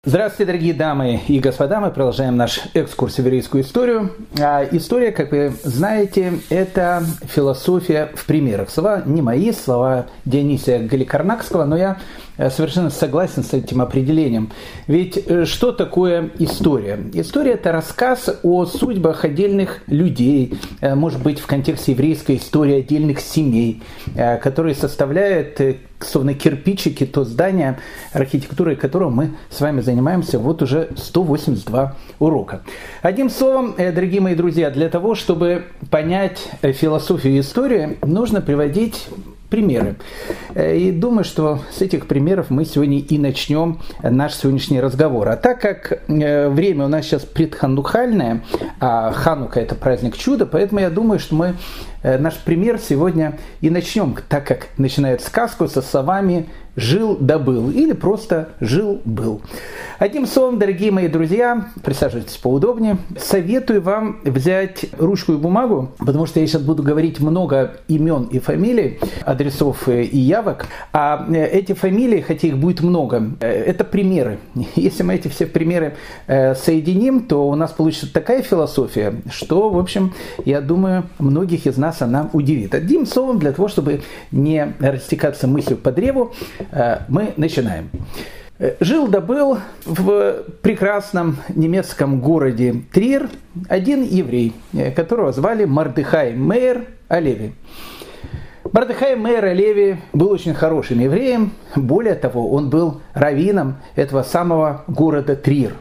Здравствуйте, дорогие дамы и господа, мы продолжаем наш экскурс в еврейскую историю. История, как вы знаете, это философия в примерах. Слова не мои, слова Дионисия Галикарнакского, но я совершенно согласен с этим определением. Ведь что такое история? История – это рассказ о судьбах отдельных людей, может быть, в контексте еврейской истории отдельных семей, которые составляют, словно кирпичики, то здание, архитектурой которого мы с вами занимаемся вот уже 182 урока. Одним словом, дорогие мои друзья, для того, чтобы понять философию истории, нужно приводить примеры. И думаю, что с этих примеров мы сегодня и начнем наш сегодняшний разговор. А так как время у нас сейчас предханукальное, а Ханука – это праздник чуда, поэтому я думаю, что мы наш пример сегодня и начнем, так как начинает сказку со словами «жил да был» или просто «жил-был». Одним словом, дорогие мои друзья, присаживайтесь поудобнее. Советую вам взять ручку и бумагу, потому что я сейчас буду говорить много имен и фамилий, адресов и явок. А эти фамилии, хотя их будет много, это примеры. Если мы эти все примеры соединим, то у нас получится такая философия, что, в общем, я думаю, многих из нас она удивит. Одним словом, для того, чтобы не растекаться мыслью по древу, мы начинаем. Жил да был в прекрасном немецком городе Трир один еврей, которого звали Мордехай Мейер Алеви. Мордехай Мейер Алеви был очень хорошим евреем, более того, он был раввином этого самого города Трир.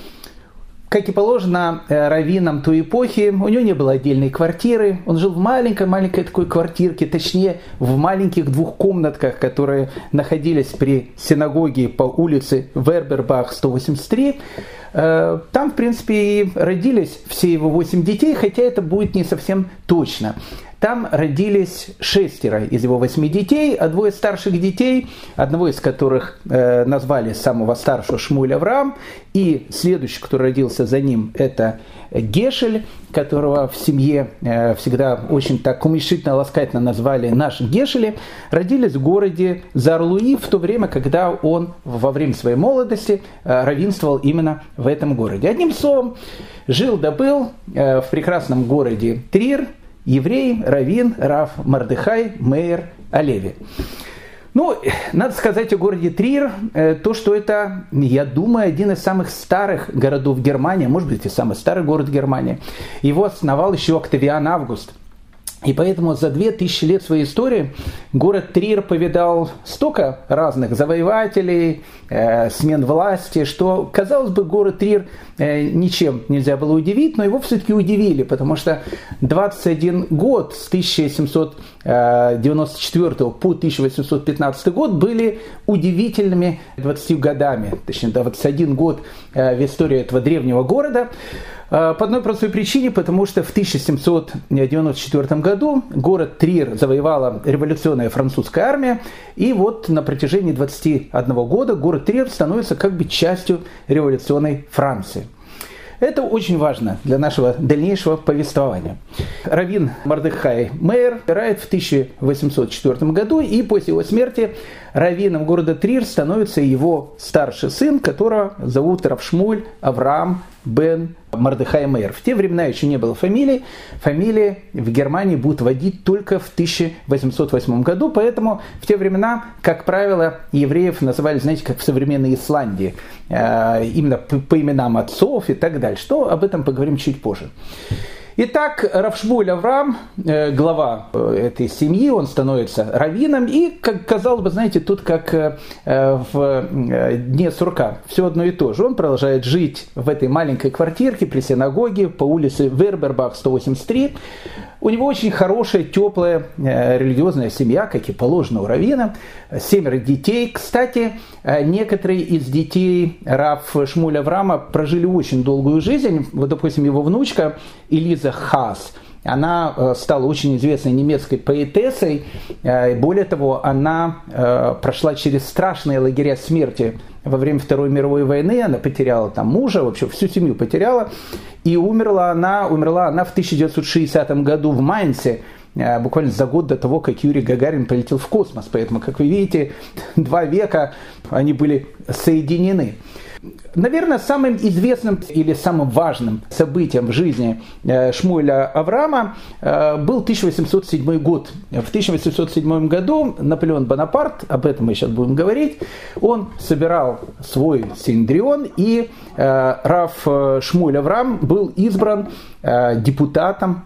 Как и положено раввинам той эпохи, у него не было отдельной квартиры, он жил в маленькой такой квартирке, точнее в маленьких двух комнатках, которые находились при синагоге по улице Вербербах 183. Там, в принципе, и родились все его 8 детей, хотя это будет не совсем точно. Там родились 6 из его 8 детей, а 2 старших детей, одного из которых назвали самого старшего Шмуль Авраам, и следующий, который родился за ним, это Гешель, которого в семье всегда очень так уменьшительно, ласкательно назвали наш Гешели, родились в городе Зарлуи в то время, когда он во время своей молодости раввинствовал именно в этом городе. Одним словом, жил да был в прекрасном городе Трир еврей, раввин, рав Мордехай Мейер Алеви. Ну, надо сказать о городе Трир, то, что это, я думаю, один из самых старых городов Германии, может быть, и самый старый город Германии. Его основал еще Октавиан Август. И поэтому за 2000 лет своей истории город Трир повидал столько разных завоевателей, смен власти, что, казалось бы, город Трир ничем нельзя было удивить, но его все-таки удивили, потому что 21 год с 1794 по 1815 год были удивительными 20 годами, точнее 21 год в истории этого древнего города. По одной простой причине, потому что в 1794 году город Трир завоевала революционная французская армия, и вот на протяжении 21 года город Трир становится как бы частью революционной Франции. Это очень важно для нашего дальнейшего повествования. Раввин Мордехай Мейер умирает в 1804 году, и после его смерти раввином города Трир становится его старший сын, которого зовут Рав Шмуль Авраам бен Мордехай Мейер. В те времена еще не было фамилии. Фамилии в Германии будут вводить только в 1808 году, поэтому в те времена, как правило, евреев называли, знаете, как в современной Исландии, именно по именам отцов и так далее. Что об этом поговорим чуть позже. Итак, Рав Шмуль Авраам, глава этой семьи, он становится раввином, и, как казалось бы, знаете, тут как в дне сурка, все одно и то же. Он продолжает жить в этой маленькой квартирке при синагоге по улице Вербербах 183. У него очень хорошая, теплая религиозная семья, как и положено у раввина. 7 детей. Кстати, некоторые из детей Рав Шмуля Авраама прожили очень долгую жизнь. Вот, допустим, его внучка Элиза Хаас. Она стала очень известной немецкой поэтессой. Более того, она прошла через страшные лагеря смерти во время Второй мировой войны. Она потеряла там мужа, вообще всю семью потеряла. И умерла она в 1960 году в Майнце, буквально за год до того, как Юрий Гагарин полетел в космос. Поэтому, как вы видите, 2 века они были соединены. Наверное, самым известным или самым важным событием в жизни Шмуэля Авраама был 1807 год. В 1807 году Наполеон Бонапарт, об этом мы сейчас будем говорить, он собирал свой Синедрион, и Рав Шмуэль Авраам был избран депутатом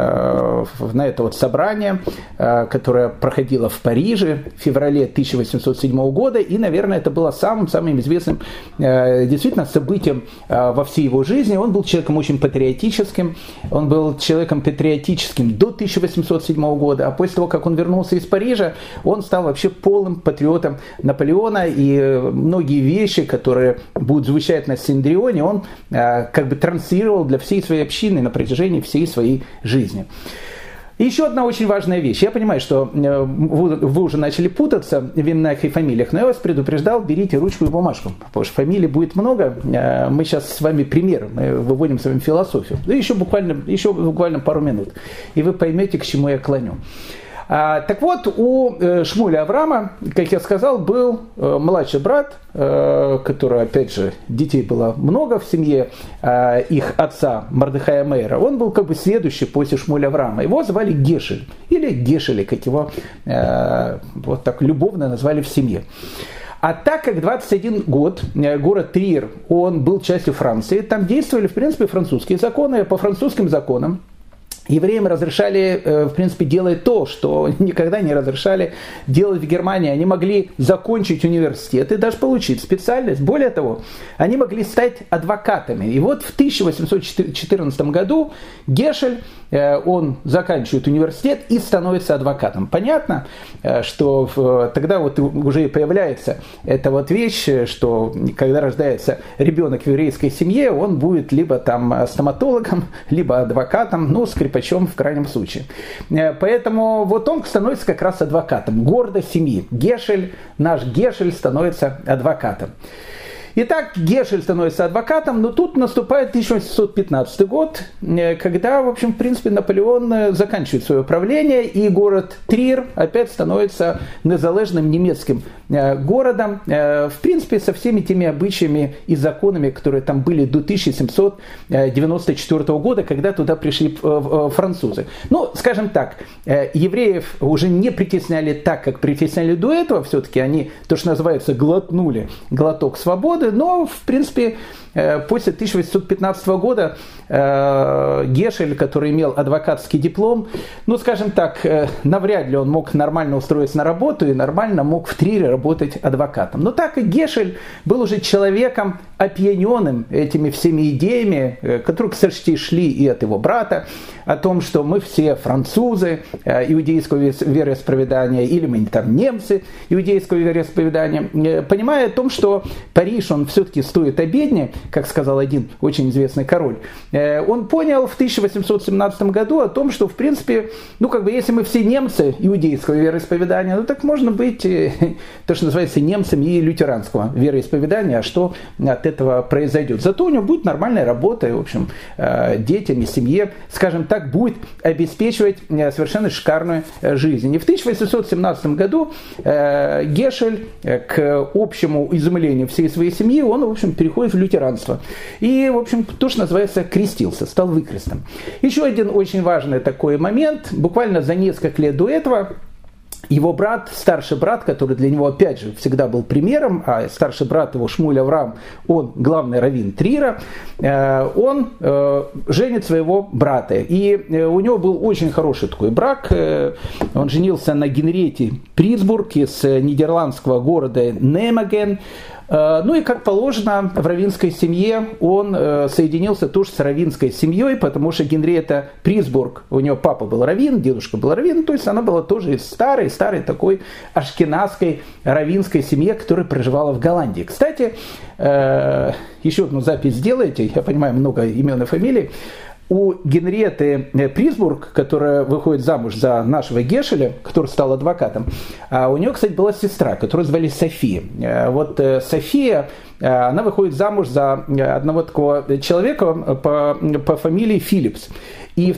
на это вот собрание, которое проходило в Париже в феврале 1807 года, и, наверное, это было самым известным действительно событием во всей его жизни. Он был человеком очень патриотическим, он был человеком патриотическим до 1807 года, а после того, как он вернулся из Парижа, он стал вообще полным патриотом Наполеона, и многие вещи, которые будут звучать на Синедрионе, он как бы транслировал для всей своей общины на протяжении всей своей жизни. И еще одна очень важная вещь. Я понимаю, что вы уже начали путаться в именах и фамилиях, но я вас предупреждал, берите ручку и бумажку, потому что фамилий будет много. Мы сейчас с вами пример, мы выводим с вами философию. Да еще буквально пару минут, и вы поймете, к чему я клоню. Так вот, у Шмуэля Авраама, как я сказал, был младший брат, который, опять же, детей было много в семье их отца Мордехая Мейера. Он был как бы следующий после Шмуэля Авраама. Его звали Гешель, или Гешели, как его вот так любовно назвали в семье. А так как 21 год город Триер, он был частью Франции, там действовали, в принципе, французские законы. По французским законам евреям разрешали, в принципе, делать то, что никогда не разрешали делать в Германии. Они могли закончить университет и даже получить специальность. Более того, они могли стать адвокатами. И вот в 1814 году Гешель, он заканчивает университет и становится адвокатом. Понятно, что тогда вот уже и появляется эта вот вещь, что когда рождается ребенок в еврейской семье, он будет либо там стоматологом, либо адвокатом, ну, скрипачом в крайнем случае. Поэтому вот он становится как раз адвокатом, гордость семьи. Гешель, наш Гешель становится адвокатом. Итак, Гешель становится адвокатом, но тут наступает 1815 год, когда, в общем, в принципе, Наполеон заканчивает свое правление, и город Триер опять становится незалежным немецким городом, в принципе, со всеми теми обычаями и законами, которые там были до 1794 года, когда туда пришли французы. Ну, скажем так, евреев уже не притесняли так, как притесняли до этого, все-таки они, то, что называется, глотнули глоток свободы, но, в принципе, после 1815 года Гешель, который имел адвокатский диплом, ну, скажем так, навряд ли он мог нормально устроиться на работу и нормально мог в Триере работать адвокатом. Но так и Гешель был уже человеком, опьяненным этими всеми идеями, которые, кстати, шли и от его брата, о том, что мы все французы иудейского вероисповедания, или мы там немцы иудейского вероисповедания, понимая о том, что Париж, он все-таки стоит обеднее, как сказал один очень известный король, он понял в 1817 году о том, что, в принципе, ну, как бы, если мы все немцы иудейского вероисповедания, ну, так можно быть, то, что называется, немцами и лютеранского вероисповедания, а что от этого произойдет. Зато у него будет нормальная работа, и, в общем, детям и семье, скажем так, будет обеспечивать совершенно шикарную жизнь. И в 1817 году Гешель, к общему изумлению всей своей семьи, он, в общем, переходит в лютеранство. И, в общем, то, что называется, крестился, стал выкрестом. Еще один очень важный такой момент. Буквально за несколько лет до этого его брат, старший брат, который для него, опять же, всегда был примером, а старший брат его, Шмуэль Авраам, он главный раввин Триера, он женит своего брата. И у него был очень хороший такой брак. Он женился на Генриете Присбург из нидерландского города Немаген. Ну и, как положено, в раввинской семье он соединился тоже с раввинской семьей, потому что Генриетта Присбург, у него папа был раввин, дедушка был раввин, то есть она была тоже из старой такой ашкеназской раввинской семье, которая проживала в Голландии. Кстати, еще одну запись сделайте, я понимаю, много имен и фамилий. У Генриетты Присбург, которая выходит замуж за нашего Гешеля, который стал адвокатом, у нее, кстати, была сестра, которую звали София. Вот София, она выходит замуж за одного такого человека по фамилии Филлипс. И в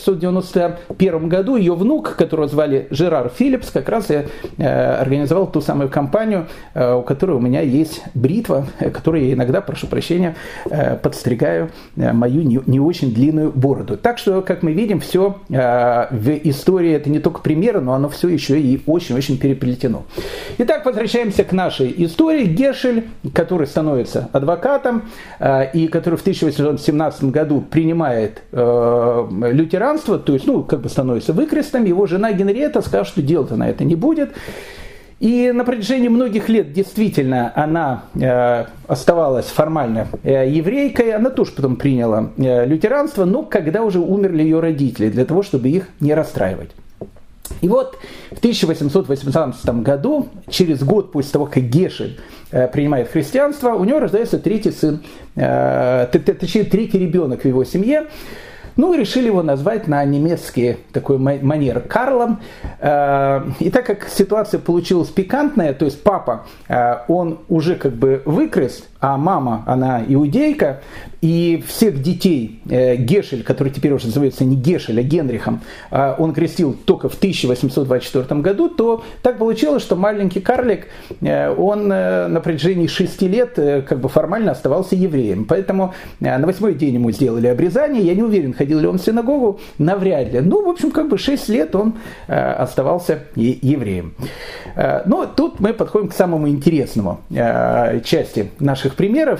1891 году ее внук, которого звали Жерар Филлипс, как раз и организовал ту самую кампанию, у которой у меня есть бритва, которой я иногда, прошу прощения, подстригаю мою не очень длинную бороду. Так что, как мы видим, все в истории это не только примеры, но оно все еще и очень-очень переплетено. Итак, возвращаемся к нашей истории. Гешель, который становится адвокатом и который в 1817 году принимает лютеранство, то есть, становится выкрестом, его жена Генриетта скажет, что делать она это не будет. И на протяжении многих лет действительно она оставалась формально еврейкой, она тоже потом приняла лютеранство, но когда уже умерли ее родители, для того, чтобы их не расстраивать. И вот в 1818 году, через год после того, как Гешель принимает христианство, у него рождается третий сын, точнее третий ребенок в его семье. Решили его назвать на немецкий такой манер Карлом. И так как ситуация получилась пикантная, то есть папа, он уже как бы выкрест, а мама, она иудейка, и всех детей Гешель, который теперь уже называется не Гешель, а Генрихом, он крестил только в 1824 году, то так получилось, что маленький карлик, он на протяжении 6 лет как бы формально оставался евреем. Поэтому на 8-й день ему сделали обрезание. Я не уверен, ходил ли он в синагогу, навряд ли. В общем, 6 лет он оставался евреем. Но тут мы подходим к самому интересному части наших примеров.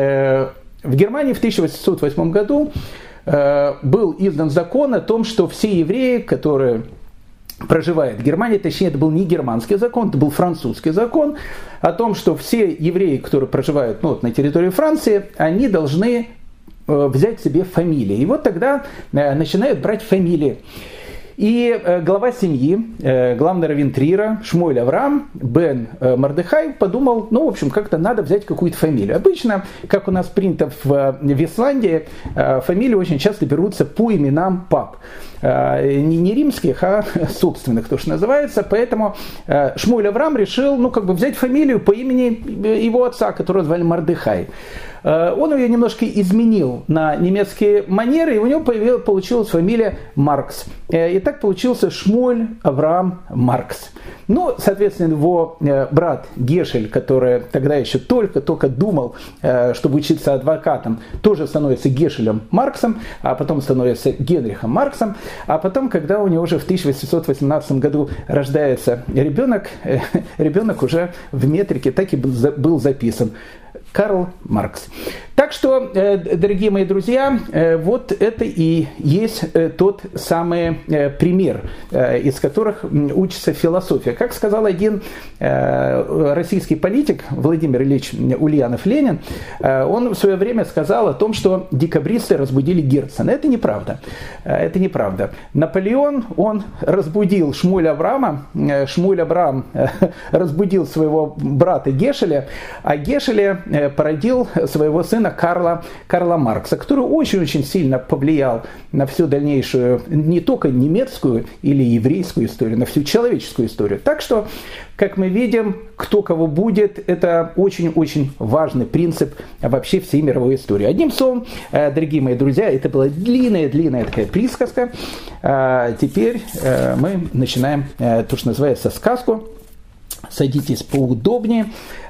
В Германии в 1808 году был издан закон о том, что все евреи, которые проживают в Германии, точнее, это был не германский закон, это был французский закон, о том, что все евреи, которые проживают на территории Франции, они должны взять себе фамилии. И вот тогда начинают брать фамилии. И глава семьи, главный раввин Трира, Шмуэль Авраам бен Мордехай подумал, как-то надо взять какую-то фамилию. Обычно, как у нас принято в Исландии, фамилии очень часто берутся по именам пап. Не римских, а собственных, то, что называется. Поэтому Шмуэль Авраам решил, взять фамилию по имени его отца, которого звали Мордехай. Он ее немножко изменил на немецкие манеры, и у него получилась фамилия Маркс. И так получился Шмуэль Авраам Маркс. Соответственно, его брат Гешель, который тогда еще только думал, чтобы учиться адвокатом, тоже становится Гешелем Марксом, а потом становится Генрихом Марксом. А потом, когда у него уже в 1818 году рождается ребенок уже в метрике так и был записан. Карл Маркс. Так что, дорогие мои друзья, вот это и есть тот самый пример, из которых учится философия. Как сказал один российский политик Владимир Ильич Ульянов-Ленин, он в свое время сказал о том, что декабристы разбудили Герцена. Это неправда. Это неправда. Наполеон, он разбудил Шмуэля Авраама, Шмуэль Авраам разбудил своего брата Гешеля, а Гешеля породил своего сына Карла Маркса, который очень-очень сильно повлиял на всю дальнейшую, не только немецкую или еврейскую историю, на всю человеческую историю. Так что, как мы видим, кто кого будет, это очень-очень важный принцип вообще всей мировой истории. Одним словом, дорогие мои друзья, это была длинная такая присказка. Теперь мы начинаем то, что называется, сказку. Садитесь поудобнее.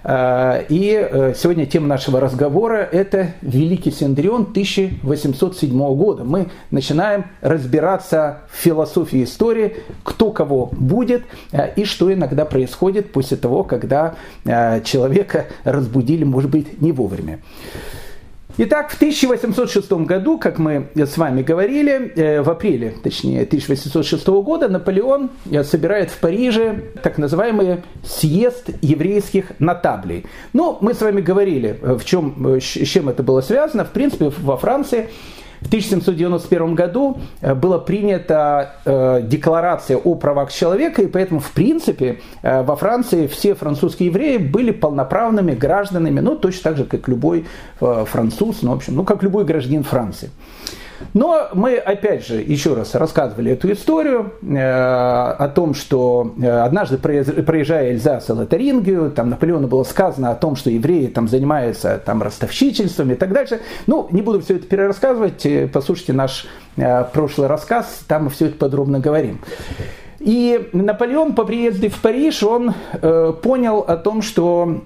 И сегодня тема нашего разговора – это Великий Синедрион 1807 года. Мы начинаем разбираться в философии истории, кто кого будет и что иногда происходит после того, когда человека разбудили, может быть, не вовремя. Итак, в 1806 году, как мы с вами говорили, в апреле, точнее, 1806 года Наполеон собирает в Париже так называемый съезд еврейских нотаблей. Мы с вами говорили, с чем это было связано. В принципе, во Франции в 1791 году была принята декларация о правах человека, и поэтому, в принципе, во Франции все французские евреи были полноправными гражданами, точно так же, как любой француз, в общем, как любой гражданин Франции. Но мы, опять же, еще раз рассказывали эту историю о том, что однажды, проезжая Эльзас и Лотарингию, там Наполеону было сказано о том, что евреи там занимаются там ростовщичеством и так дальше. Ну, не буду все это перерассказывать, послушайте наш прошлый рассказ, там мы все это подробно говорим. И Наполеон по приезде в Париж, он понял о том, что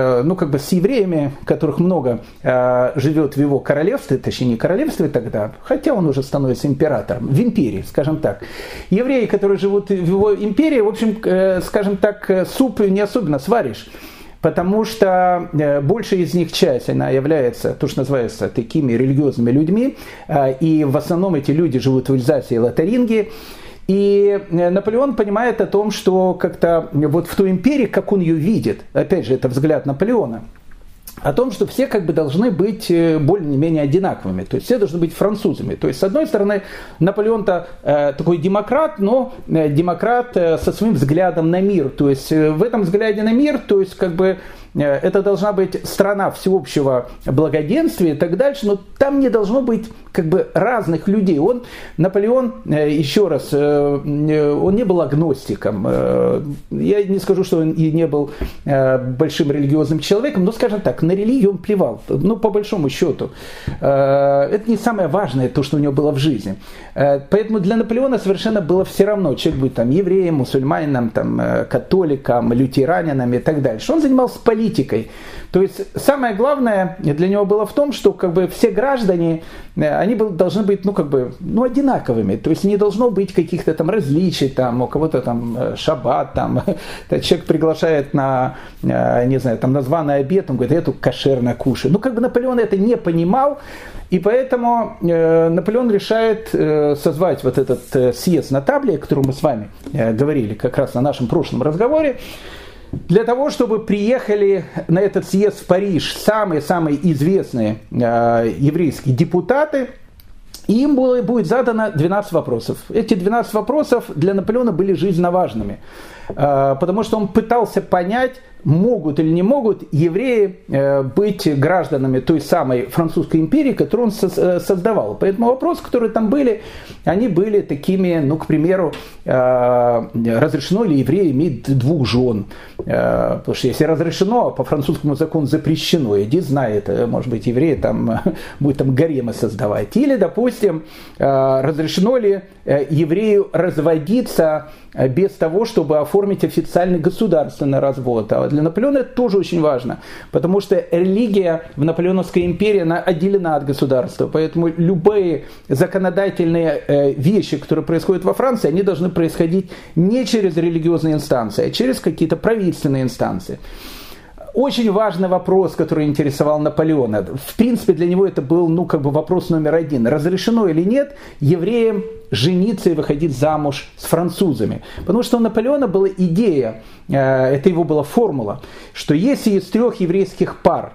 с евреями, которых много живет в его королевстве, точнее не королевстве тогда, хотя он уже становится императором, в империи, скажем так. Евреи, которые живут в его империи, в общем, скажем так, суп не особенно сваришь. Потому что большая из них часть, она является, то, что называется, такими религиозными людьми, и в основном эти люди живут в Эльзасе и Лотарингии. И Наполеон понимает о том, что как-то вот в той империи, как он ее видит, опять же, это взгляд Наполеона, о том, что все как бы должны быть более-менее одинаковыми, то есть все должны быть французами. То есть, с одной стороны, Наполеон-то такой демократ, но демократ со своим взглядом на мир. То есть, в этом взгляде на мир, то есть, как бы, это должна быть страна всеобщего благоденствия и так дальше, но там не должно быть как бы разных людей. Наполеон, еще раз, он не был агностиком. Я не скажу, что он и не был большим религиозным человеком, но, скажем так, на религию он плевал, по большому счету. Это не самое важное, то, что у него было в жизни. Поэтому для Наполеона совершенно было все равно, человек будет там евреем, мусульманином, там, католиком, лютеранином и так дальше. Он занимался политикой. То есть самое главное для него было в том, что как бы все граждане, они должны быть одинаковыми. То есть не должно быть каких-то там различий, там, у кого-то там шаббат, там, человек приглашает на, не знаю, там, на званый обед, он говорит, я тут кошерно кушаю. Наполеон это не понимал, и поэтому Наполеон решает созвать вот этот съезд на Табле, о котором мы с вами говорили как раз на нашем прошлом разговоре, для того, чтобы приехали на этот съезд в Париж самые-самые известные еврейские депутаты, и им будет задано 12 вопросов. Эти 12 вопросов для Наполеона были жизненно важными, потому что он пытался понять, могут или не могут евреи быть гражданами той самой французской империи, которую он создавал. Поэтому вопросы, которые там были, они были такими, к примеру, разрешено ли еврею иметь 2 жен? Потому что если разрешено, по французскому закону запрещено. Иди знай, это, может быть, евреи там будет там гаремы создавать. Или, допустим, разрешено ли еврею разводиться без того, чтобы оформить официальный государственный развод. А для Наполеона это тоже очень важно, потому что религия в Наполеоновской империи, она отделена от государства, поэтому любые законодательные вещи, которые происходят во Франции, они должны происходить не через религиозные инстанции, а через какие-то правительственные инстанции. Очень важный вопрос, который интересовал Наполеона. В принципе, для него это был, вопрос номер 1. Разрешено или нет евреям жениться и выходить замуж с французами? Потому что у Наполеона была идея, это его была формула, что если из 3 еврейских пар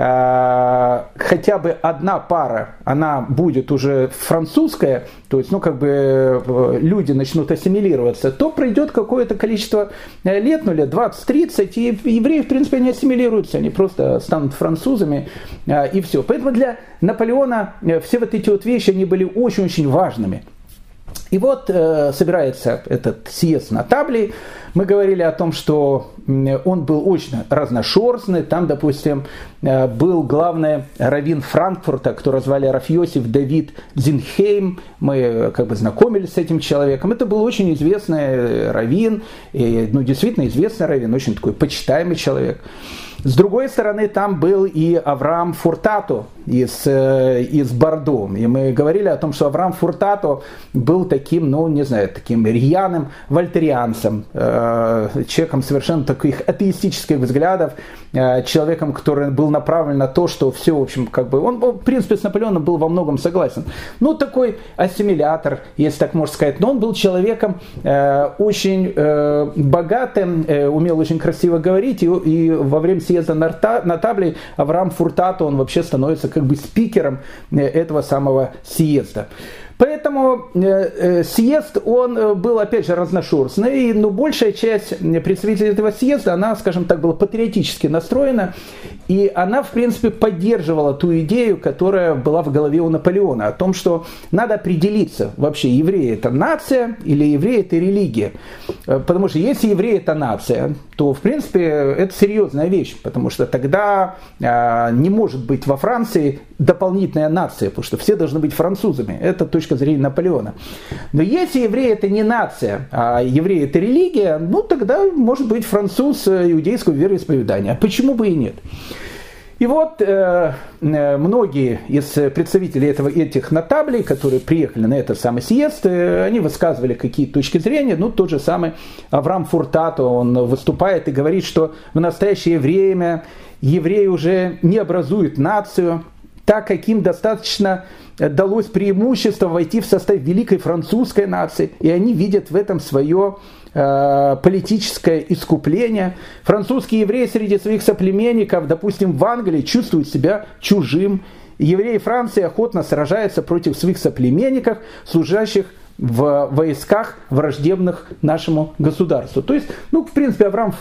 хотя бы одна пара, она будет уже французская, то есть, люди начнут ассимилироваться, то пройдет какое-то количество лет, лет 20-30, и евреи, в принципе, не ассимилируются, они просто станут французами, и все. Поэтому для Наполеона все вот эти вот вещи, они были очень-очень важными. И вот собирается этот съезд на Табле. Мы говорили о том, что он был очень разношерстный. Там, допустим, был главный раввин Франкфурта, которого звали Рав Йосиф Давид Зинхейм. Мы знакомились с этим человеком. Это был очень известный раввин, действительно известный раввин, очень такой почитаемый человек. С другой стороны, там был и Авраам Фуртато из Бордо. И мы говорили о том, что Авраам Фуртато был таким, таким рьяным вольтерианцем, человеком совершенно таких атеистических взглядов, человеком, который был направлен на то, что все, в общем, он, в принципе, с Наполеоном был во многом согласен. Такой ассимилятор, если так можно сказать. Но он был человеком очень богатым, умел очень красиво говорить, и во время съезда на Табле Авраам Фуртато, он вообще становится спикером этого самого съезда. Поэтому съезд, он был, опять же, разношерстный, но большая часть представителей этого съезда, она, скажем так, была патриотически настроена, и она, в принципе, поддерживала ту идею, которая была в голове у Наполеона, о том, что надо определиться, вообще, евреи это нация или евреи это религия. Потому что если евреи это нация, то, в принципе, это серьезная вещь, потому что тогда не может быть во Франции дополнительная нация, потому что все должны быть французами. Это точка зрения Наполеона. Но если евреи это не нация, а евреи это религия, ну тогда может быть француз иудейского вероисповедания. Почему бы и нет? И вот многие из представителей этих нотаблей, которые приехали на этот самый съезд, они высказывали какие-то точки зрения. Ну, тот же самый Авраам Фуртато, он выступает и говорит, что в настоящее время евреи уже не образуют нацию, так как им достаточно далось преимущество войти в состав великой французской нации, и они видят в этом свое политическое искупление. Французские евреи среди своих соплеменников, допустим, в Англии, чувствуют себя чужим. Евреи Франции охотно сражаются против своих соплеменников, служащих в войсках, враждебных нашему государству. То есть, ну, в принципе, Авраам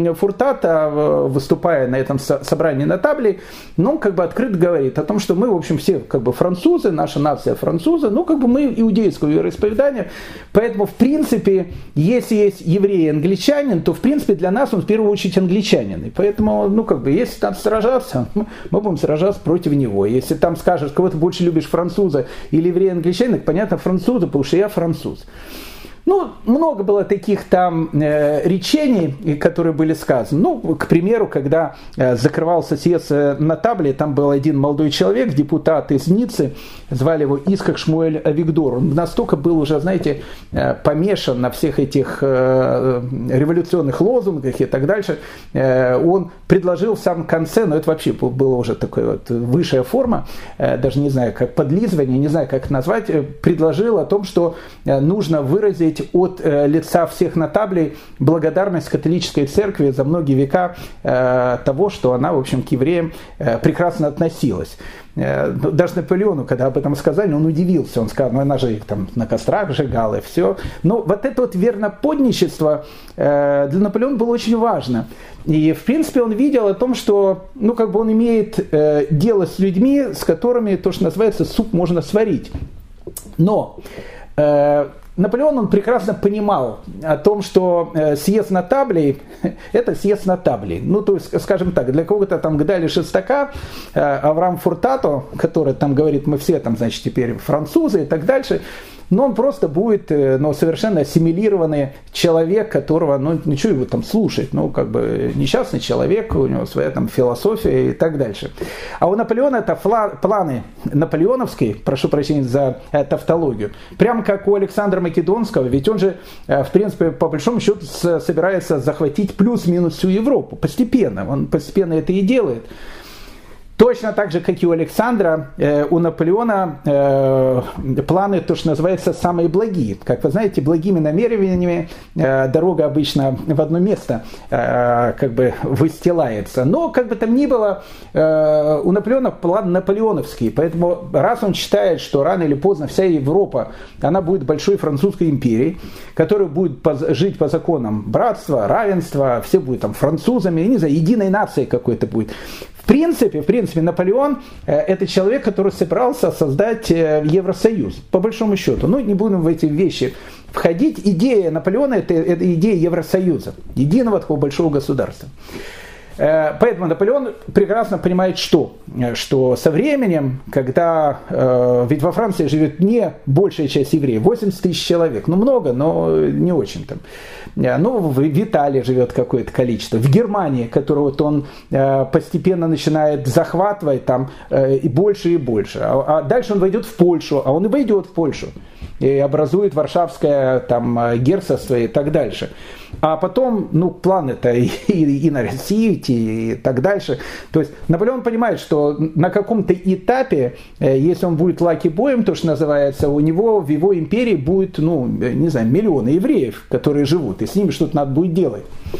Фуртато, выступая на этом собрании нотаблей, ну, как бы открыто говорит о том, что мы, в общем, все как бы французы, наша нация французы, ну, как бы мы иудейского вероисповедания, поэтому, в принципе, если есть еврей и англичанин, то, в принципе, для нас он в первую очередь англичанин. И поэтому, ну, как бы, если там сражаться, мы будем сражаться против него. Если там скажешь, кого ты больше любишь, француза или еврея-англичанина, понятно, француза, потому что я француз. Ну, много было таких там речений, которые были сказаны. Ну, к примеру, когда закрывался съезд нотаблей, там был один молодой человек, депутат из Ниццы, звали его Ицхак Шмуэль Авигдор. Он настолько был уже, знаете, помешан на всех этих революционных лозунгах и так дальше. Он предложил в самом конце, но это вообще была уже такая вот высшая форма, даже не знаю, как подлизывание, не знаю, как это назвать, предложил о том, что нужно выразить от лица всех нотаблей благодарность католической церкви за многие века того, что она, в общем, к евреям прекрасно относилась. Даже Наполеону, когда об этом сказали, он удивился. Он сказал, ну она же их там на кострах сжигала и все. Но вот это вот верноподничество для Наполеона было очень важно. И, в принципе, он видел о том, что, ну, как бы он имеет дело с людьми, с которыми то, что называется, суп можно сварить. Но Наполеон, он прекрасно понимал о том, что съезд нотаблей – это съезд нотаблей. Ну, то есть, скажем так, для кого-то там Гдали Шестака, Авраам Фуртато, который там говорит, мы все там, значит, теперь французы и так дальше, но он просто будет, ну, совершенно ассимилированный человек, которого, ну, ничего его там слушать, ну, как бы несчастный человек, у него своя там философия и так дальше. А у Наполеона это планы наполеоновские, прошу прощения за тавтологию, прямо как у Александра Македонского, ведь он же, в принципе, по большому счету собирается захватить плюс-минус всю Европу, постепенно, он постепенно это и делает. Точно так же, как и у Александра, у Наполеона планы, то, что называется, самые благие. Как вы знаете, благими намерениями дорога обычно в одно место как бы выстилается. Но, как бы там ни было, у Наполеона план наполеоновский. Поэтому раз он считает, что рано или поздно вся Европа, она будет большой французской империей, которая будет жить по законам братства, равенства, все будут там французами, не знаю, единой нацией какой-то будет. В принципе, Наполеон – это человек, который собирался создать Евросоюз, по большому счету. Ну, не будем в эти вещи входить. Идея Наполеона – это идея Евросоюза, единого такого большого государства. Поэтому Наполеон прекрасно понимает, что со временем, когда ведь во Франции живет не большая часть евреев, 80 тысяч человек, ну много, но не очень там. Ну, в Италии живет какое-то количество, в Германии, которую вот он постепенно начинает захватывать там и больше, а дальше он войдет в Польшу, а он и войдет в Польшу и образует Варшавское там герцогство и так дальше. А потом, ну, планы-то и на Россию идти, и так дальше. То есть Наполеон понимает, что на каком-то этапе, если он будет лаки-боем, то, что называется, у него в его империи будет, ну, не знаю, миллионы евреев, которые живут, и с ними что-то надо будет делать.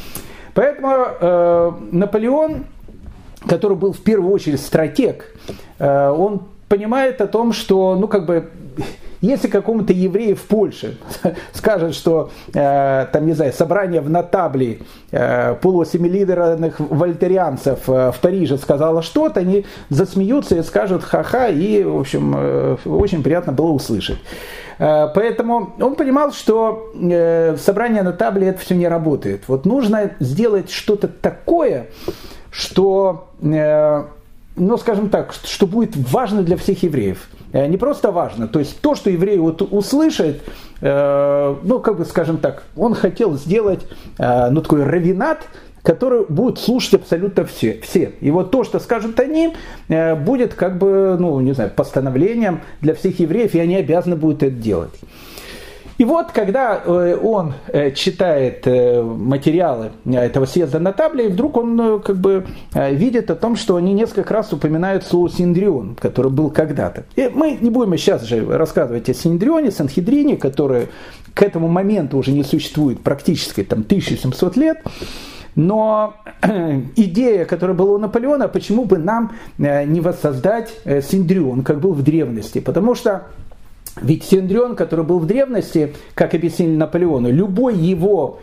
Поэтому Наполеон, который был в первую очередь стратег, он понимает о том, что, ну, как бы, если какому-то еврею в Польше скажут, что там, не знаю, собрание в Натаблии полусемилидерных вольтерианцев в Париже сказало что-то, они засмеются и скажут ха-ха, и, в общем, очень приятно было услышать. Поэтому он понимал, что собрание на табле это все не работает. Вот нужно сделать что-то такое, что, ну, скажем так, что будет важно для всех евреев. Не просто важно, то есть то, что еврей вот услышит, ну, как бы, скажем так, он хотел сделать, ну, такой раввинат, который будут слушать абсолютно все. И вот то, что скажут они, будет как бы, ну, не знаю, постановлением для всех евреев, и они обязаны будут это делать. И вот, когда он читает материалы этого съезда на табле, вдруг он как бы видит о том, что они несколько раз упоминают слово Синедрион, который был когда-то. И мы не будем сейчас же рассказывать о Синедрионе, Санхедрине, который к этому моменту уже не существует практически там 1700 лет. Но идея, которая была у Наполеона, почему бы нам не воссоздать Синедрион, как был в древности? Потому что ведь Синедрион, который был в древности, как объяснили Наполеону, любое его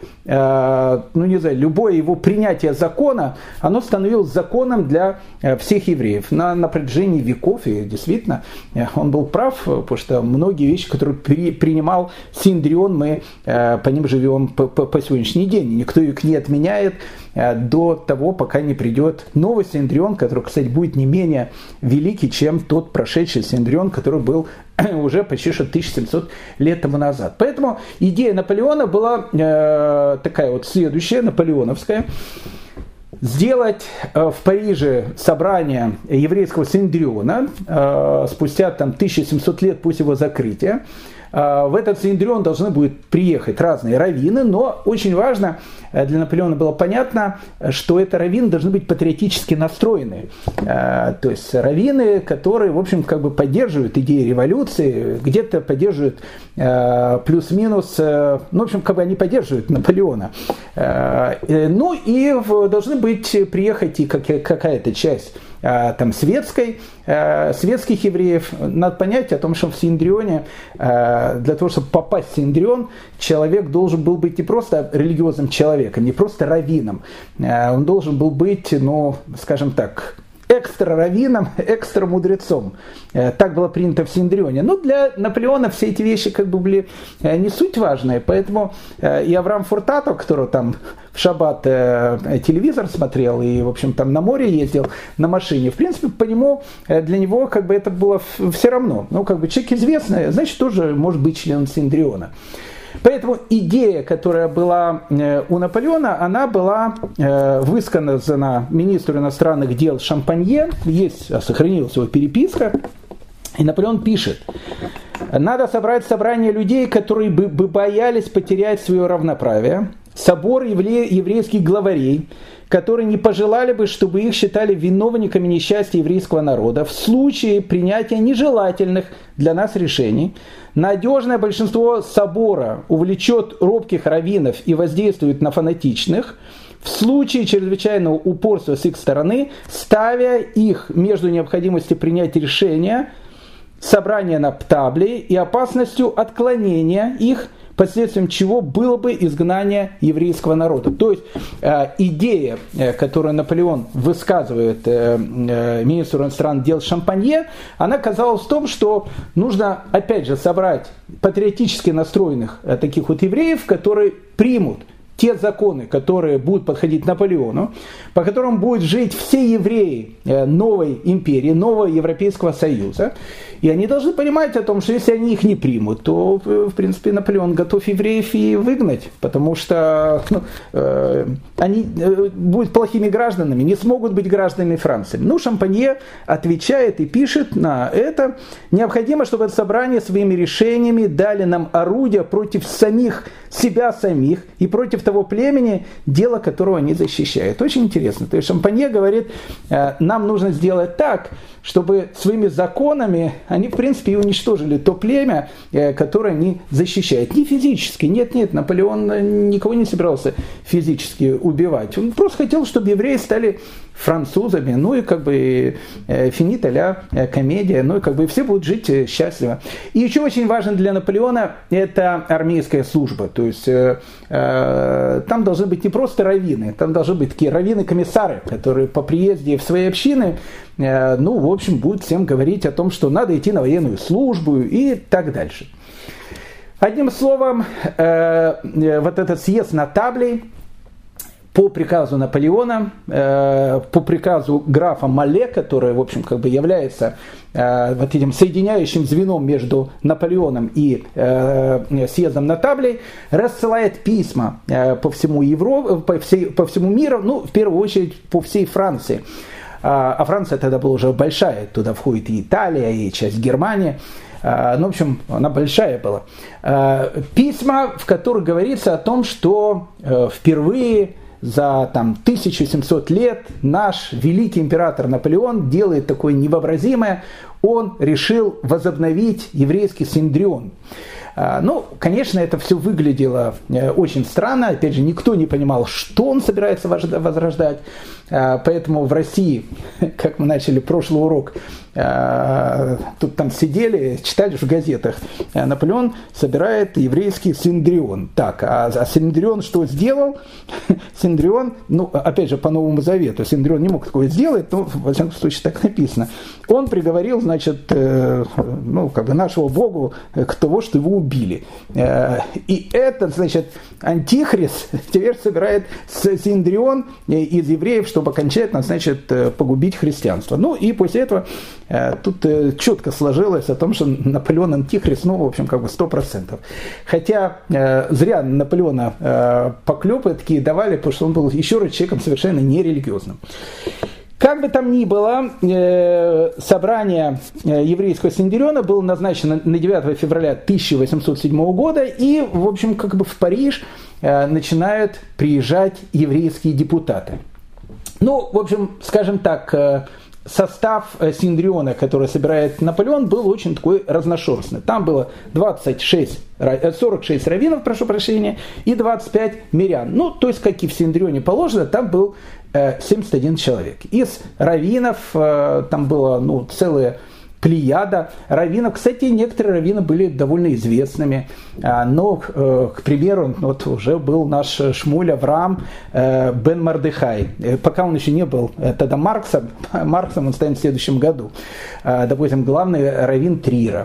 принятие закона, оно становилось законом для всех евреев на протяжении веков. И действительно, он был прав, потому что многие вещи, которые принимал Синедрион, мы по ним живем по сегодняшний день. Никто их не отменяет до того, пока не придет новый Синедрион, который, кстати, будет не менее великий, чем тот прошедший Синедрион, который был уже почти что 1700 лет тому назад. Поэтому идея Наполеона была такая вот следующая, наполеоновская. Сделать в Париже собрание еврейского Синедриона спустя там 1700 лет после его закрытия. В этот Синедрион должны будут приехать разные раввины, но очень важно, для Наполеона было понятно, что это раввины должны быть патриотически настроены. То есть раввины, которые, в общем, как бы поддерживают идеи революции, где-то поддерживают плюс-минус, ну, в общем, как бы они поддерживают Наполеона. Ну и должны быть приехать и какая-то часть там светских евреев. Надо понять о том, что в Синедрионе, для того, чтобы попасть в Синедрион, человек должен был быть не просто религиозным человеком, не просто раввином. Он должен был быть, ну, скажем так, экстра-раввином, экстра-мудрецом. Так было принято в Синедрионе. Но для Наполеона все эти вещи как бы были не суть важные, поэтому и Авраам Фуртато, который там в шаббат телевизор смотрел и, в общем, там на море ездил на машине, в принципе, для него как бы это было все равно. Ну, как бы человек известный, значит, тоже может быть членом Синедриона. Поэтому идея, которая была у Наполеона, она была высказана министру иностранных дел Шампанье, сохранилась его переписка, и Наполеон пишет: надо собрать собрание людей, которые бы боялись потерять свое равноправие, собор еврейских главарей, которые не пожелали бы, чтобы их считали виновниками несчастья еврейского народа в случае принятия нежелательных для нас решений. Надежное большинство собора увлечет робких раввинов и воздействует на фанатичных. В случае чрезвычайного упорства с их стороны, ставя их между необходимостью принять решения, собрания на табле и опасностью отклонения их, последствием чего было бы изгнание еврейского народа. То есть идея, которую Наполеон высказывает министру иностранных дел Шампанье, она казалась в том, что нужно опять же собрать патриотически настроенных таких вот евреев, которые примут те законы, которые будут подходить Наполеону, по которым будут жить все евреи новой империи, нового Европейского Союза. И они должны понимать о том, что если они их не примут, то, в принципе, Наполеон готов евреев и выгнать, потому что они будут плохими гражданами, не смогут быть гражданами Франции. Ну, Шампанье отвечает и пишет на это: необходимо, чтобы это собрание своими решениями дали нам орудия против себя самих и против того племени, дело которого они защищают. Очень интересно. То есть Шампанье говорит, нам нужно сделать так, чтобы своими законами они, в принципе, и уничтожили то племя, которое они защищают. Не физически. Нет, Наполеон никого не собирался физически убивать. Он просто хотел, чтобы евреи стали французами, ну и как бы финита ля комедия, ну и как бы все будут жить счастливо. И еще очень важно для Наполеона это армейская служба, то есть там должны быть не просто раввины, там должны быть такие раввины-комиссары, которые по приезде в свои общины, ну, в общем, будут всем говорить о том, что надо идти на военную службу и так дальше. Одним словом, вот этот съезд нотаблей по приказу Наполеона, по приказу графа Мале, который, в общем, как бы является вот этим соединяющим звеном между Наполеоном и съездом нотаблей, рассылает письма по всему миру, ну, в первую очередь по всей Франции. А Франция тогда была уже большая, туда входит и Италия, и часть Германии. Ну, в общем, она большая была. Письма, в которых говорится о том, что впервые за 1700 лет наш великий император Наполеон делает такое невообразимое. Он решил возобновить еврейский синдрион. Ну, конечно, это все выглядело очень странно. Опять же, никто не понимал, что он собирается возрождать. Поэтому в России, как мы начали прошлый урок, тут там сидели, читали в газетах, Наполеон собирает еврейский синдрион. Так, а синдрион что сделал? Синдрион, ну, опять же, по Новому Завету, синдрион не мог такое сделать, но, во всяком случае, так написано. Он приговорил, значит, ну, как бы нашего Богу к тому, что его убили. И этот, значит, антихрист теперь собирает синдрион из евреев, чтобы окончательно, значит, погубить христианство. Ну, и после этого тут четко сложилось о том, что Наполеон антихрист, ну, в общем, как бы 100%. Хотя зря Наполеона поклепы такие давали, потому что он был еще раз человеком совершенно нерелигиозным. Как бы там ни было, собрание еврейского синдриона было назначено на 9 февраля 1807 года, и, в общем, как бы в Париж начинают приезжать еврейские депутаты. Ну, в общем, скажем так, состав синдриона, который собирает Наполеон, был очень такой разношерстный. Там было 46 раввинов, прошу прощения, и 25 мирян. Ну, то есть, как и в синдрионе положено, там был 71 человек. Из раввинов там было, ну, целая плеяда раввинов. Кстати, некоторые раввины были довольно известными. Но, к примеру, вот уже был наш Шмуль Авраам бен Мардехай. Пока он еще не был тогда Марксом он станет в следующем году. Допустим, главный раввин Трира.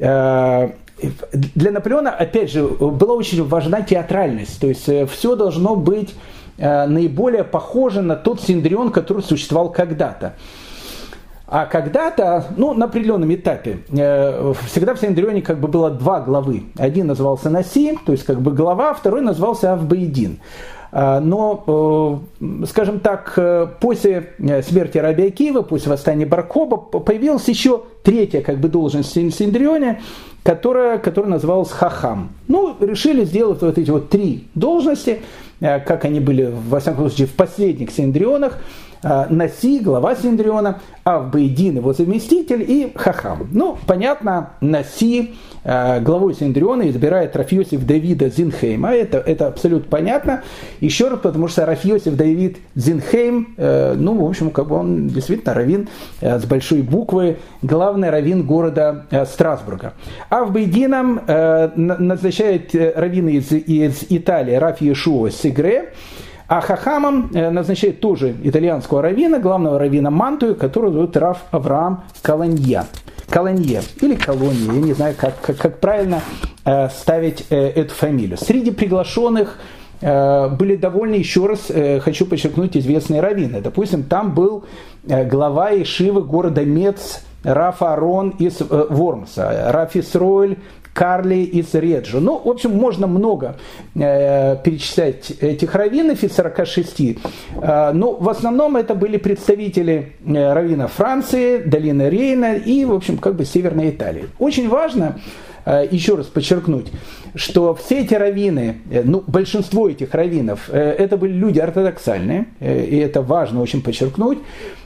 Для Наполеона, опять же, была очень важна театральность. То есть все должно быть наиболее похоже на тот синдрион, который существовал когда-то. А когда-то, ну, на определенном этапе, всегда в синдрионе как бы было два главы. Один назывался Наси, то есть как бы глава, второй назывался Авбейдин. Но, скажем так, после смерти Раби Акивы, после восстания Бар-Кохба, появилась еще третья как бы должность в синдрионе, которая называлась Хахам. Ну, решили сделать вот эти вот три должности, как они были, во всяком случае, в последних синдрионах. Наси, глава синдриона, Авбейдин, его заместитель, и Хахам. Ну, понятно, Наси, главой синдриона, избирает Рав Йосеф Давида Зинхейма. Это абсолютно понятно. Еще раз, потому что Рав Йосеф Давид Зинхейм, ну, в общем, как бы он действительно раввин с большой буквы, главный раввин города Страсбурга. Авбейдином назначает раввина из Италии Рав Йешуа Сегре. А Хахамом назначает тоже итальянского раввина, главного раввина Мантую, который зовут Рав Авраам Колонье или Колонье, я не знаю, как правильно ставить эту фамилию. Среди приглашенных были довольно, еще раз хочу подчеркнуть, известные раввины. Допустим, там был глава ешивы города Мец Рав Аарон из Вормса, Рав Исроэль Карли из Реджо. Ну, в общем, можно много перечислять этих раввинов из 46. Но в основном это были представители раввинов Франции, долины Рейна и, в общем, как бы Северной Италии. Очень важно еще раз подчеркнуть, что все эти раввины, ну, большинство этих раввинов, это были люди ортодоксальные, и это важно очень подчеркнуть.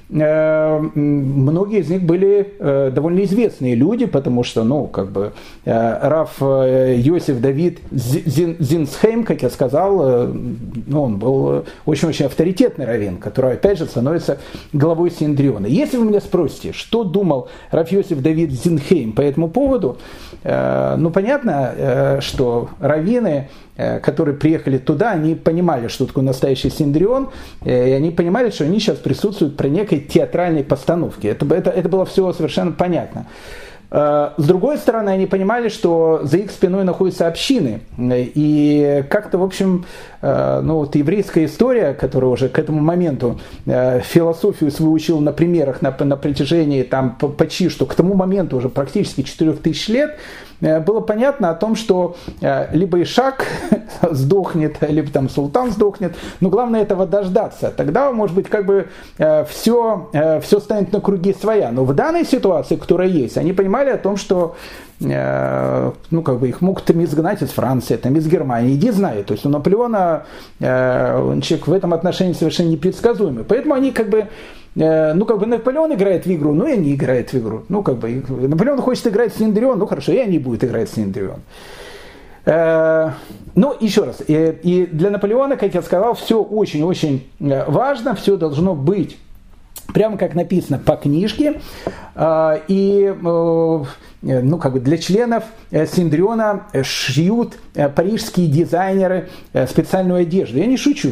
многие из них были довольно известные люди, потому что, Рав Йосиф Давид Зинсхейм, как я сказал, он был очень-очень авторитетный раввин, который, опять же, становится главой Синедриона. Если вы меня спросите, что думал Рав Йосиф Давид Зинсхейм по этому поводу, понятно, что раввины, которые приехали туда, они понимали, что такое настоящий Синедрион, и они понимали, что они сейчас присутствуют при некой театральной постановке. Это было все совершенно понятно. С другой стороны, они понимали, что за их спиной находятся общины. И как-то, в общем, еврейская история, которая уже к этому моменту философию свою учила на примерах на протяжении почти что к тому моменту уже практически 4000 лет, было понятно о том, что либо Ишак сдохнет, либо султан сдохнет, но главное этого дождаться. Тогда, может быть, все станет на круги своя. Но в данной ситуации, которая есть, они понимали о том, что их могут изгнать из Франции, из Германии, иди знай. То есть у Наполеона человек в этом отношении совершенно непредсказуемый. Поэтому они Наполеон играет в игру, и они играют в игру. Наполеон хочет играть в Синедрион, хорошо, и они будут играть в Синедрион. Еще раз, и для Наполеона, как я сказал, все очень-очень важно, все должно быть прямо как написано по книжке, и для членов Синедриона шьют парижские дизайнеры специальную одежду. Я не шучу,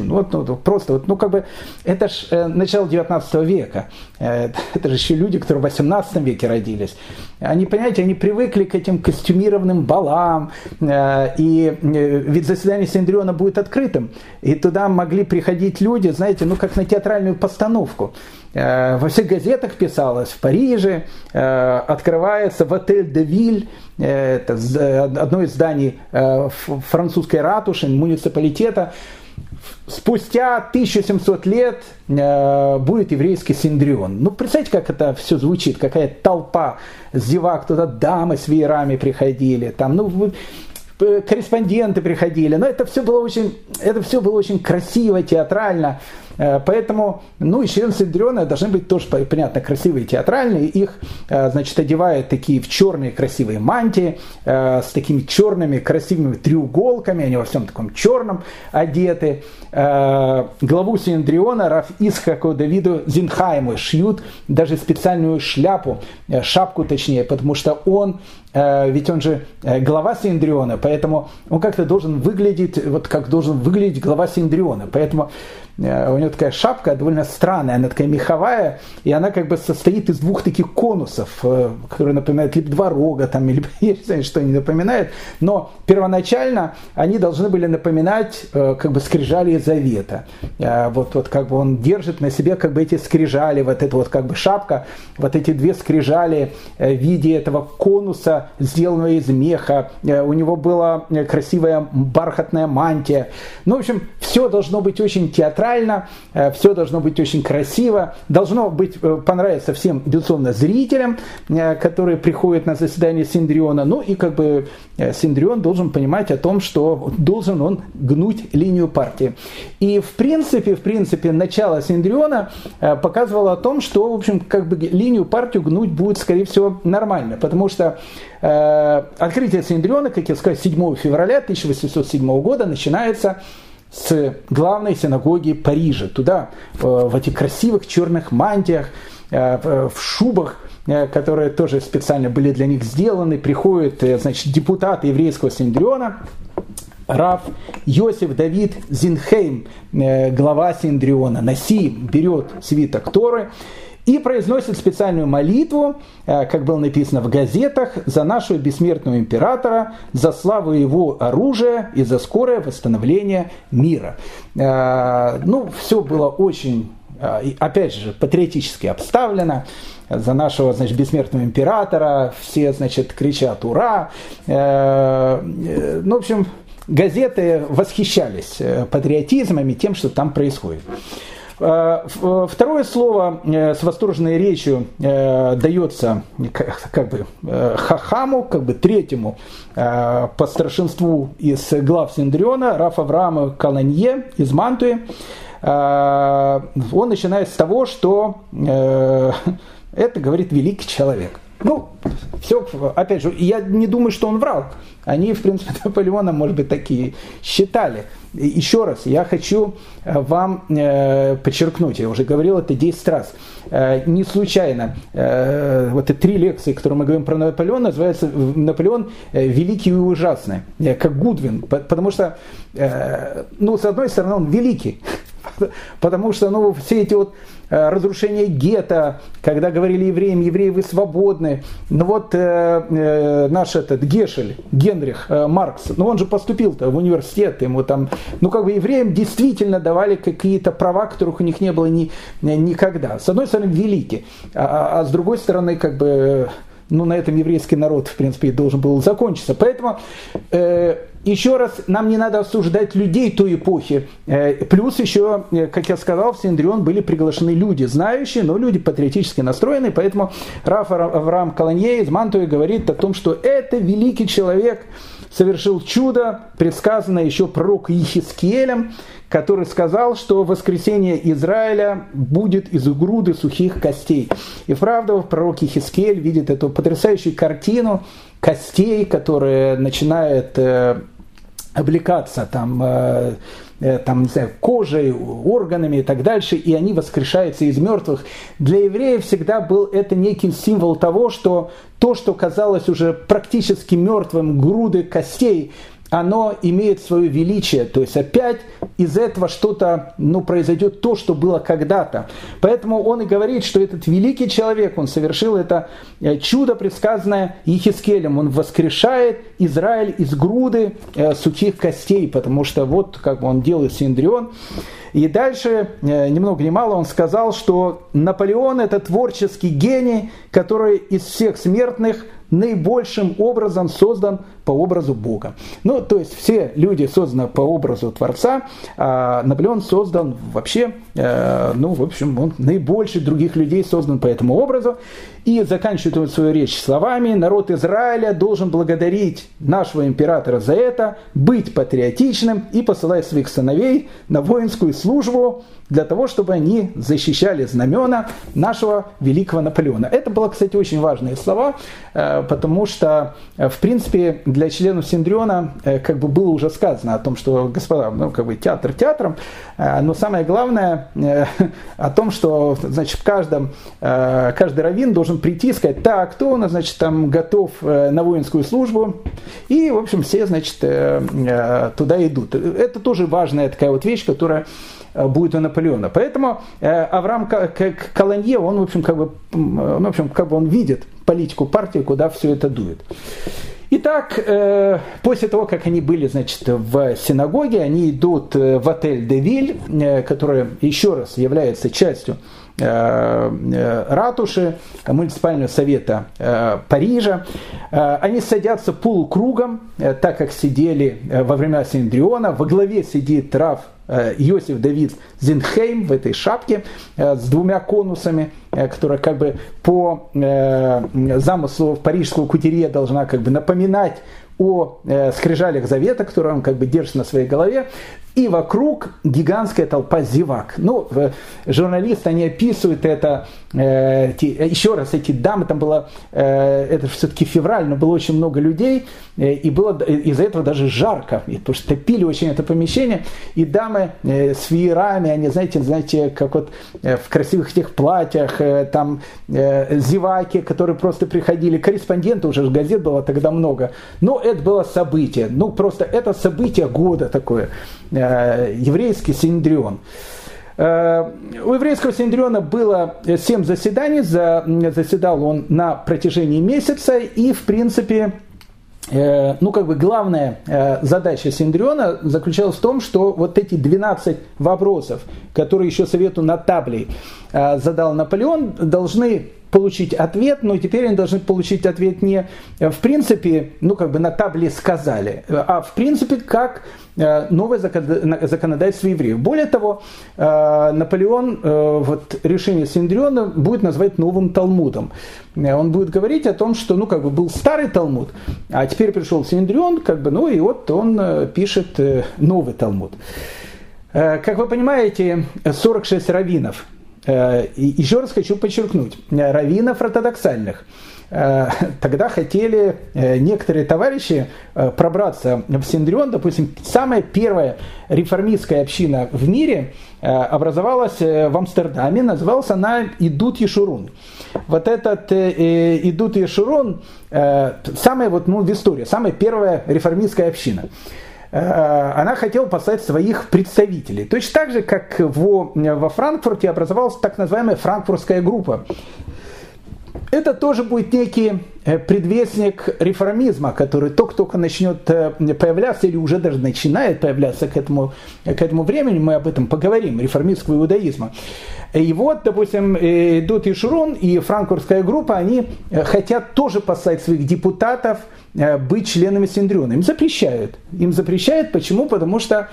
это же начало 19 века, это же еще люди, которые в 18 веке родились. Они, понимаете, они привыкли к этим костюмированным балам, и ведь заседание Синедриона будет открытым, и туда могли приходить люди, знаете, как на театральную постановку. Во всех газетах писалось: в Париже открывается в отель «Де Виль», это одно из зданий французской ратуши, муниципалитета, спустя 1700 лет будет еврейский Синедрион. Представьте, как это все звучит, какая толпа зевак, туда дамы с веерами приходили, корреспонденты приходили, но это все было очень красиво, театрально. Поэтому, и члены Синедриона должны быть тоже, понятно, красивые, театральные. Их, одевают такие в черные красивые мантии, с такими черными красивыми треуголками, они во всем таком черном одеты. Главу Синедриона, Рав Ицхаку Давиду Зинхайму, шьют даже специальную шапку точнее, потому что ведь он же глава Синедриона, поэтому он как-то должен выглядеть, как должен выглядеть глава Синедриона. Поэтому у него такая шапка довольно странная, она такая меховая, и она состоит из двух таких конусов, которые напоминают либо два рога, либо я не знаю, что они напоминают, но первоначально они должны были напоминать скрижали завета. Он держит на себе эти скрижали, эта шапка, эти две скрижали в виде этого конуса, сделанного из меха, у него была красивая бархатная мантия. В общем, все должно быть очень театрально, все должно быть очень красиво, должно быть понравиться всем, безусловно, зрителям, которые приходят на заседание Синедриона. И Синедрион должен понимать о том, что должен он гнуть линию партии. И в принципе, начало Синедриона показывало о том, что, в общем, линию партию гнуть будет, скорее всего, нормально, потому что открытие Синедриона, как я сказал, 7 февраля 1807 года начинается с главной синагоги Парижа. Туда, в этих красивых черных мантиях, в шубах, которые тоже специально были для них сделаны, приходят, депутаты еврейского Синедриона, Рав Йосиф Давид Зинхейм, глава Синедриона, Наси, берет свиток Торы и произносит специальную молитву, как было написано в газетах, за нашего бессмертного императора, за славу его оружия и за скорое восстановление мира. Все было очень, опять же, патриотически обставлено. За нашего, бессмертного императора все, кричат «Ура!». В общем, газеты восхищались патриотизмом и тем, что там происходит. Второе слово с восторженной речью дается Хахаму, третьему по старшинству из глав Синедриона, Рав Аврааму Каланье из Мантуи. он начинает с того, что это говорит великий человек. Ну, все, опять же, я не думаю, что он врал. Они, в принципе, Наполеона, может быть, такие считали. Еще раз, я хочу вам подчеркнуть, я уже говорил это 10 раз, не случайно вот эти 3 лекции, которые мы говорим про Наполеона, называются «Наполеон великий и ужасный», как Гудвин, потому что, ну, с одной стороны, он великий, потому что, ну, все эти вот разрушения гетто, когда говорили евреям, евреи, вы свободны. Ну вот наш этот Гешель, Генрих Маркс, ну он же поступил-то в университет, ему там, ну как бы евреям действительно давали какие-то права, которых у них не было никогда. С одной стороны, великий, а с другой стороны, как бы, ну на этом еврейский народ, в принципе, должен был закончиться. Поэтому еще раз, нам не надо осуждать людей той эпохи. Плюс еще, как я сказал, в Синедрион были приглашены люди знающие, но люди патриотически настроенные. Поэтому Рав Авраам Колонье из Мантуи говорит о том, что это великий человек совершил чудо, предсказанное еще пророком Иехискиилем, который сказал, что воскресение Израиля будет из груды сухих костей. И правда, пророк Иехискииль видит эту потрясающую картину костей, которые начинают облекаться там, не знаю, кожей, органами и так дальше, и они воскрешаются из мертвых. Для евреев всегда был это некий символ того, что то, что казалось уже практически мертвым, груды костей, оно имеет свое величие, то есть опять из этого что-то, ну, произойдет то, что было когда-то. Поэтому он и говорит, что этот великий человек, он совершил это чудо, предсказанное Иехискиилем. Он воскрешает Израиль из груды сухих костей, потому что вот как бы он делает Синедрион. И дальше, ни много ни мало, он сказал, что Наполеон – это творческий гений, который из всех смертных наибольшим образом создан по образу Бога. Ну, то есть все люди созданы по образу Творца, а Наполеон создан вообще, ну, в общем, он наибольше других людей создан по этому образу. И заканчивает он свою речь словами: народ Израиля должен благодарить нашего императора за это, быть патриотичным и посылать своих сыновей на воинскую службу для того, чтобы они защищали знамена нашего великого Наполеона. Это было, кстати, очень важные слова, потому что, в принципе, для членов Синедриона как бы было уже сказано о том, что, господа, ну, как бы театр театром, но самое главное о том, что, значит, каждый раввин должен прийти и сказать: так, кто у нас, значит, там готов на воинскую службу, и, в общем, все, значит, туда идут. Это тоже важная такая вот вещь, которая будет у Наполеона. Поэтому Авраам Колонье, он, в общем, как бы он видит политику партии, куда все это дует. Итак, после того, как они были, значит, в синагоге, они идут в отель «Де Виль», который, еще раз, является частью ратуши муниципального совета Парижа. Они садятся полукругом, так как сидели во времена Синедриона. Во главе сидит Рав Йосиф Давид Зинхейм в этой шапке с 2 конусами, которая как бы по замыслу парижского кутюрье должна как бы напоминать о скрижалях завета, которые он как бы держит на своей голове. И вокруг гигантская толпа зевак. Ну, журналисты, они описывают это, еще раз, эти дамы, там было, это все-таки февраль, но было очень много людей, и было из-за этого даже жарко, потому что топили очень это помещение, и дамы с веерами, они, знаете, как вот в красивых этих платьях, там зеваки, которые просто приходили, корреспонденты, уже газет было тогда много, но это было событие, ну, просто это событие года такое, еврейский Синедрион. У еврейского Синедриона было 7 заседаний, заседал он на протяжении месяца, и, в принципе, ну, как бы главная задача Синедриона заключалась в том, что вот эти 12 вопросов, которые еще совету Натаблий задал Наполеон, должны получить ответ, но теперь они должны получить ответ не в принципе, ну как бы Натаблий сказали, а в принципе как новое законодательство евреев. Более того, Наполеон вот решение Синедриона будет называть новым Талмудом. Он будет говорить о том, что ну как бы был старый Талмуд, а теперь пришел Синедрион, как бы, ну и вот он пишет новый Талмуд. Как вы понимаете, 46 раввинов. И еще раз хочу подчеркнуть, раввинов ортодоксальных. Тогда хотели некоторые товарищи пробраться в Синдрион. Допустим, самая первая реформистская община в мире образовалась в Амстердаме, называлась она Идут Ешурун. Вот этот Идут Ешурун, самая в истории, самая первая реформистская община. Она хотела поставить своих представителей. Точно так же, как во Франкфурте образовалась так называемая франкфуртская группа. Это тоже будет некий предвестник реформизма, который только начнет появляться или уже даже начинает появляться к этому времени. Мы об этом поговорим, реформистского иудаизма. И вот, допустим, Идут Ешурун и франкфуртская группа, они хотят тоже поставить своих депутатов быть членами Синдриона. Им запрещают. Почему? Потому что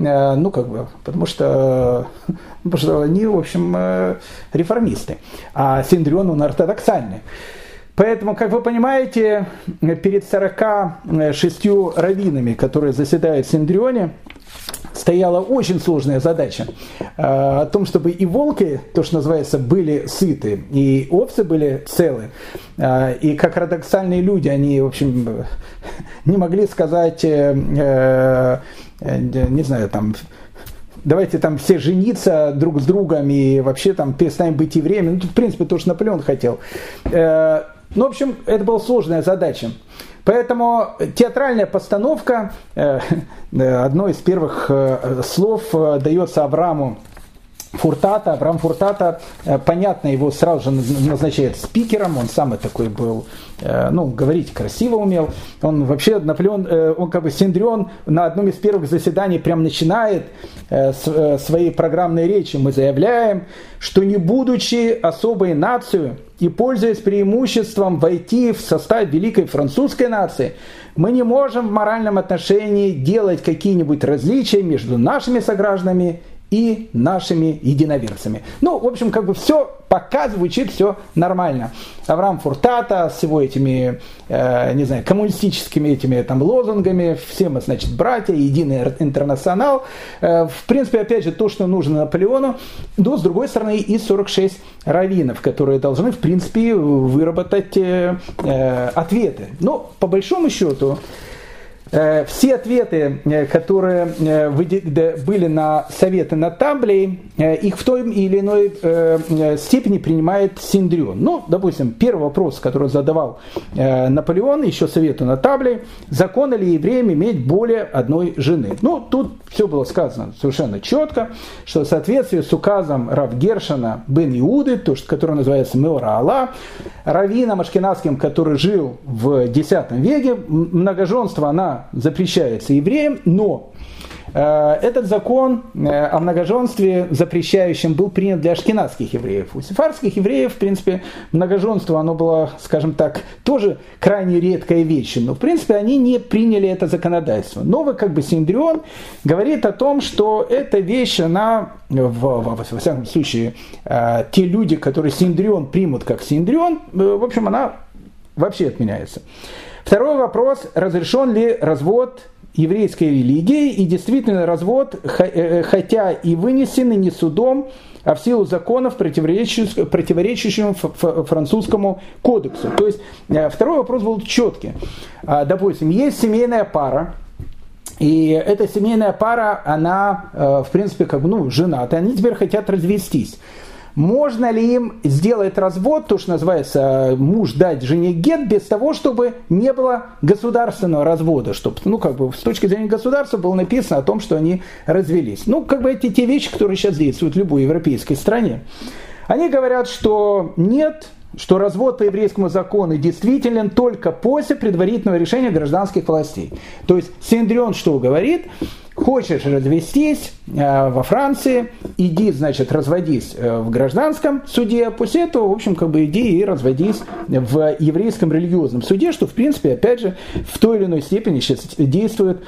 они, в общем, реформисты. А Синдрион, он ортодоксальный. Поэтому, как вы понимаете, перед 46 раввинами, которые заседают в Синдрионе, стояла очень сложная задача о том, чтобы и волки, то, что называется, были сыты, и овцы были целы. И как ортодоксальные люди, они, в общем, не могли сказать, не знаю, давайте все жениться друг с другом и вообще перестанем быть евреями. В принципе, то, что Наполеон хотел. В общем, это была сложная задача. Поэтому театральная постановка, одно из первых слов дается Аврааму Фуртата. Авраам Фуртата, понятно, его сразу же назначают спикером, он самый такой был, говорить красиво умел. Он вообще, Наполеон, он Синдрион на одном из первых заседаний прям начинает свои программные речи. Мы заявляем, что не будучи особой нацией и пользуясь преимуществом войти в состав великой французской нации, мы не можем в моральном отношении делать какие-нибудь различия между нашими согражданами и нашими единоверцами. В общем, все пока звучит все нормально. Авраам Фуртата с его этими, коммунистическими лозунгами, все мы, братья, единый интернационал. В принципе, опять же, то, что нужно Наполеону, но, с другой стороны, и 46 раввинов, которые должны, в принципе, выработать ответы. Но, по большому счету, все ответы, которые были на советы над Таблей, их в той или иной степени принимает Синдрион. Допустим, первый вопрос, который задавал Наполеон еще совету над Таблей: законно ли евреям иметь более одной жены? Тут все было сказано совершенно четко, что в соответствии с указом Рав Гершона бен Иуды, который называется Меора Алла, раввином ашкеназским, который жил в X веке, многоженство она запрещается евреям, но этот закон о многоженстве запрещающем был принят для ашкеназских евреев. У сефардских евреев, в принципе, многоженство, оно было, скажем так, тоже крайне редкая вещь, но, в принципе, они не приняли это законодательство. Новый, Синдрион говорит о том, что эта вещь, она, во всяком случае, те люди, которые Синдрион примут как Синдрион, в общем, она вообще отменяется. Второй вопрос: разрешен ли развод еврейской религии, и действительно развод, хотя и вынесенный не судом, а в силу законов, противоречащим французскому кодексу. То есть второй вопрос был четкий. Допустим, есть семейная пара, и эта семейная пара, она, в принципе, женатая, они теперь хотят развестись. Можно ли им сделать развод, то, что называется, муж дать жене гет, без того, чтобы не было государственного развода, чтобы, с точки зрения государства было написано о том, что они развелись. Это те вещи, которые сейчас действуют в любой европейской стране. Они говорят, что нет, что развод по еврейскому закону действителен только после предварительного решения гражданских властей. То есть Синдрион что говорит? Хочешь развестись во Франции, иди, разводись в гражданском суде, а после этого, в общем, иди и разводись в еврейском религиозном суде, что, в принципе, опять же, в той или иной степени сейчас действует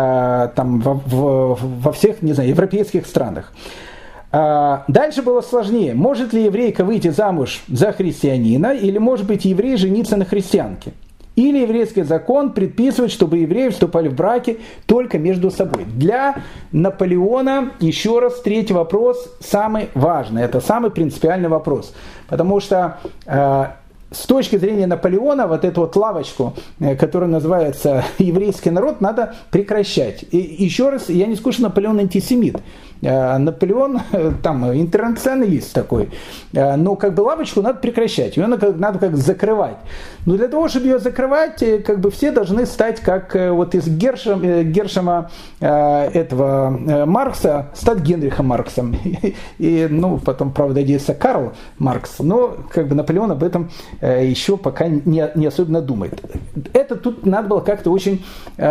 во всех, европейских странах. Дальше было сложнее. Может ли еврейка выйти замуж за христианина, или, может быть, еврей жениться на христианке? Или еврейский закон предписывает, чтобы евреи вступали в браки только между собой. Для Наполеона, еще раз, третий вопрос самый важный. Это самый принципиальный вопрос. Потому что с точки зрения Наполеона, вот эту вот лавочку, которая называется еврейский народ, надо прекращать. И еще раз, я не скажу, что Наполеон антисемит. Наполеон там интернационалист такой. Но как бы лавочку надо прекращать, ее надо как закрывать. Но для того, чтобы ее закрывать, как бы все должны стать как вот из Гершема этого Маркса, стать Генрихом Марксом. И, ну, потом, правда, есть Карл Маркс, но как бы Наполеон об этом еще пока не особенно думает. Это тут надо было как-то очень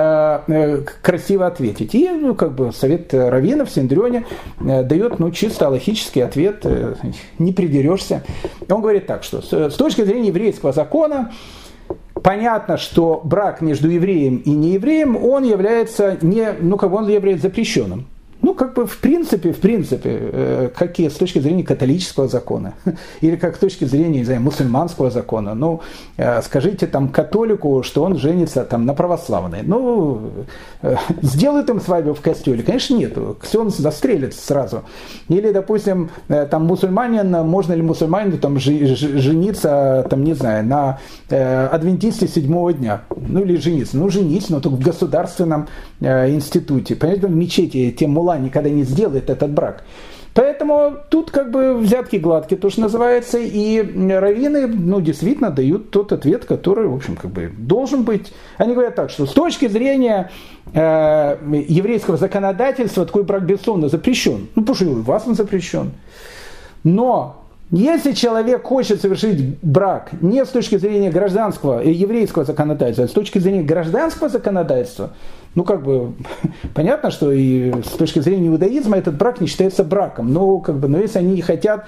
красиво ответить. И, ну, как бы совет раввинов в Синедрионе дает, ну, чисто алахический ответ, не придерешься. Он говорит так, что с точки зрения еврейского закона понятно, что брак между евреем и неевреем, он является он является запрещенным. Ну, как бы в принципе, какие с точки зрения католического закона, или как с точки зрения, не знаю, мусульманского закона. Ну, скажите там католику, что он женится там на православной. Ну, сделают им свадьбу в костеле? Конечно, нет. Все застрелят сразу. Или, допустим, там мусульманин, можно ли мусульманину там жениться, там, не знаю, на адвентисте 7-го дня? Ну, или жениться. Ну, жениться, но только в государственном институте. Понятно, в мечети тем мулла никогда не сделает этот брак. Поэтому тут как бы взятки гладкие, то, что называется, и раввины, ну, действительно дают тот ответ, который, в общем, как бы должен быть. Они говорят так, что с точки зрения еврейского законодательства такой брак безусловно запрещен. Ну, потому что и у вас он запрещен. Но если человек хочет совершить брак не с точки зрения гражданского и еврейского законодательства, а с точки зрения гражданского законодательства, ну, как бы, понятно, что и с точки зрения иудаизма этот брак не считается браком. Но, как бы, но если они хотят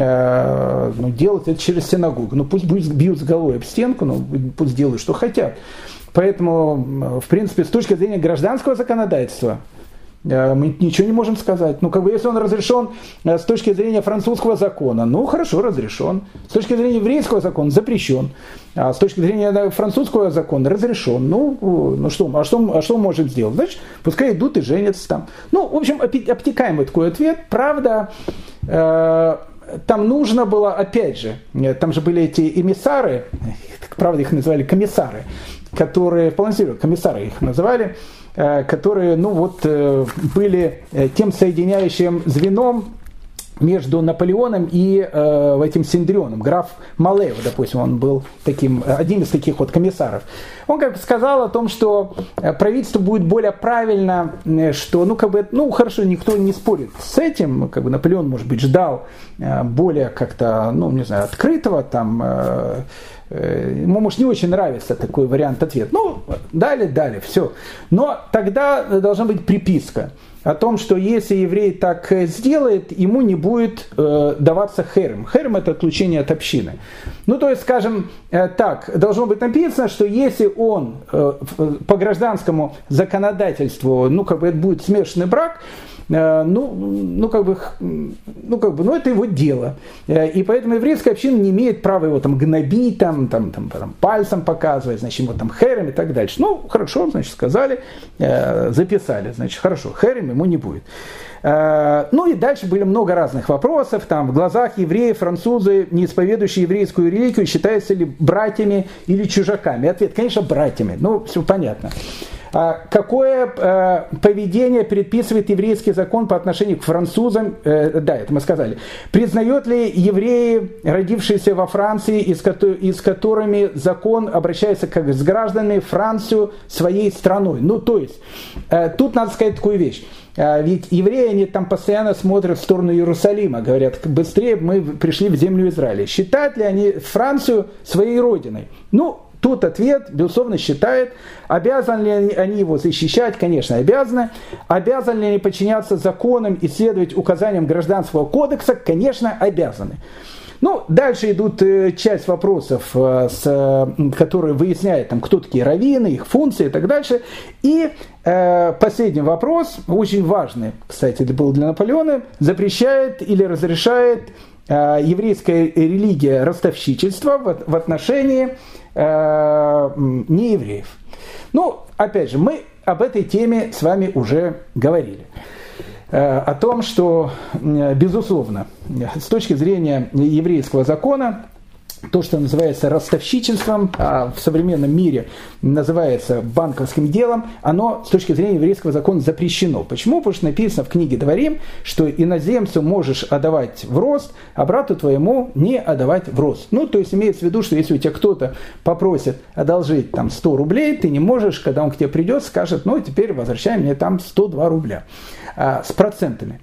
делать это через синагогу, ну, пусть бьют с головой об стенку, ну, пусть делают, что хотят. Поэтому, в принципе, с точки зрения гражданского законодательства, мы ничего не можем сказать. Ну, как бы, если он разрешен с точки зрения французского закона, ну, хорошо, разрешен. С точки зрения еврейского закона запрещен. А с точки зрения французского закона разрешен. Ну что мы можем сделать? Значит, пускай идут и женятся там. Ну, в общем, обтекаемый такой ответ. Правда, там нужно было, опять же, там же были эти эмиссары, правда, их называли комиссары, которые, полностью комиссары их называли, которые, ну вот, были тем соединяющим звеном между Наполеоном и этим Синедрионом. Граф Малеев, допустим, он был одним из таких вот комиссаров. Он как бы сказал о том, что правительство будет более правильно, что, ну, как бы, ну, хорошо, никто не спорит с этим, как бы Наполеон, может быть, ждал более как-то, ну, не знаю, открытого там, ему, может, не очень нравится такой вариант ответа. Ну, дали, все. Но тогда должна быть приписка о том, что если еврей так сделает, ему не будет даваться херем. Херем – это отлучение от общины. Ну, то есть, скажем так, должно быть написано, что если он по гражданскому законодательству, ну, как бы это будет смешанный брак, это это его дело. И поэтому еврейская община не имеет права его там гнобить, там, пальцем показывать, значит, ему там херем и так дальше. Ну, хорошо, значит, сказали, записали, значит, хорошо, херем ему не будет. Ну и дальше были много разных вопросов. Там, в глазах евреев, французы, не исповедующие еврейскую религию, считаются ли братьями или чужаками? Ответ, конечно, братьями. Ну, все понятно. Какое поведение предписывает еврейский закон по отношению к французам? Да, это мы сказали. Признает ли евреи, родившиеся во Франции, и с которыми закон обращается как с гражданами Францию своей страной? Ну, то есть, тут надо сказать такую вещь. Ведь евреи, они там постоянно смотрят в сторону Иерусалима, говорят, быстрее мы пришли в землю Израиля. Считают ли они Францию своей родиной? Ну, тут ответ, безусловно, считает. Обязаны ли они его защищать? Конечно, обязаны. Обязаны ли они подчиняться законам и следовать указаниям Гражданского кодекса? Конечно, обязаны. Ну, дальше идут часть вопросов, которые выясняют, там, кто такие раввины, их функции и так дальше. И последний вопрос, очень важный, кстати, это был для Наполеона, запрещает или разрешает еврейская религия ростовщичества в отношении неевреев. Ну, опять же, мы об этой теме с вами уже говорили. О том, что, безусловно, с точки зрения еврейского закона, то, что называется ростовщичеством, а в современном мире называется банковским делом, оно с точки зрения еврейского закона запрещено. Почему? Потому что написано в книге Дворим, что иноземцу можешь отдавать в рост, а брату твоему не отдавать в рост. Ну, то есть имеется в виду, что если у тебя кто-то попросит одолжить там 100 рублей, ты не можешь, когда он к тебе придет, скажет, ну, теперь возвращай мне там 102 рубля с процентами.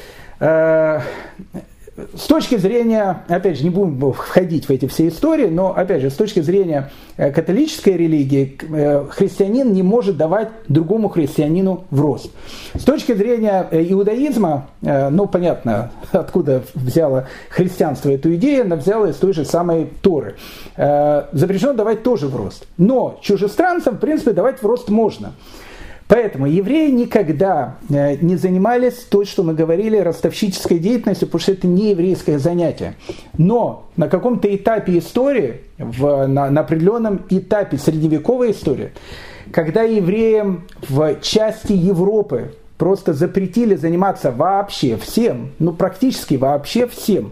С точки зрения, опять же, не будем входить в эти все истории, но, опять же, с точки зрения католической религии, христианин не может давать другому христианину в рост. С точки зрения иудаизма, ну, понятно, откуда взяло христианство эту идею, она взяла из той же самой Торы. Запрещено давать тоже в рост. Но чужестранцам, в принципе, давать в рост можно. Поэтому евреи никогда не занимались то, что мы говорили, ростовщической деятельностью, потому что это не еврейское занятие. Но на каком-то этапе истории, на определенном этапе средневековой истории, когда евреям в части Европы просто запретили заниматься вообще всем, ну практически вообще всем,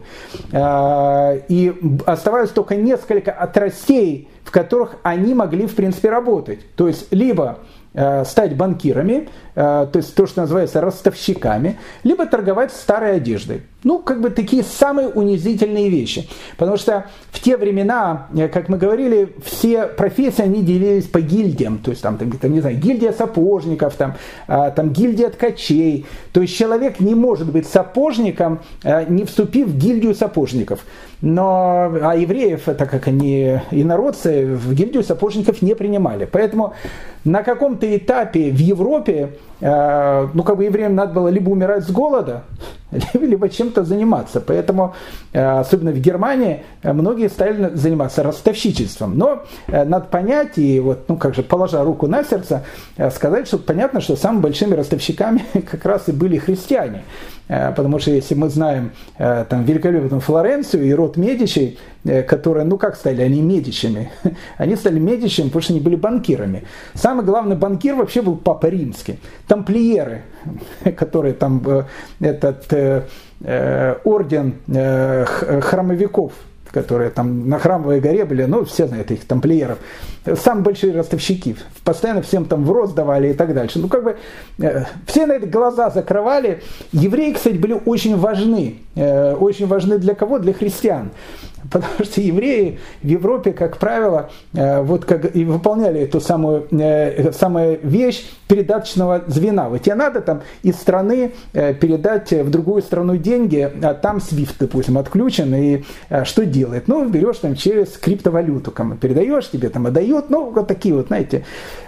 и оставалось только несколько отрастей, в которых они могли в принципе работать. То есть либо стать банкирами, то есть то, что называется ростовщиками, либо торговать старой одеждой. Ну, как бы такие самые унизительные вещи. Потому что в те времена, как мы говорили, все профессии, они делились по гильдиям. То есть там не знаю, гильдия сапожников, там гильдия ткачей. То есть человек не может быть сапожником, не вступив в гильдию сапожников. А евреев, так как они инородцы, в гильдию сапожников не принимали. Поэтому на каком-то этапе в Европе, ну, как бы евреям надо было либо умирать с голода, либо чем-то заниматься. Поэтому, особенно в Германии, многие стали заниматься ростовщичеством. Но надо понять и, вот, ну, как же, положа руку на сердце, сказать, что понятно, что самыми большими ростовщиками как раз и были христиане. Потому что если мы знаем там великолепную Флоренцию и род Медичей, которые, ну как стали они Медичами? Они стали Медичами, потому что они были банкирами. Самый главный банкир вообще был Папа Римский. Тамплиеры, которые там этот орден храмовиков, которые там на Храмовой горе были, ну, все знают их, тамплиеров, самые большие ростовщики, постоянно всем там в рост давали и так дальше. Ну, как бы, все на это глаза закрывали. Евреи, кстати, были очень важны. Очень важны для кого? Для христиан. Потому что евреи в Европе, как правило, вот как и выполняли эту самую вещь передаточного звена. Вот тебе надо там из страны передать в другую страну деньги, а там SWIFT, допустим, отключен, и что делает? Ну, берешь там через криптовалюту, кому передаешь, тебе там отдают, ну, вот такие вот, знаете,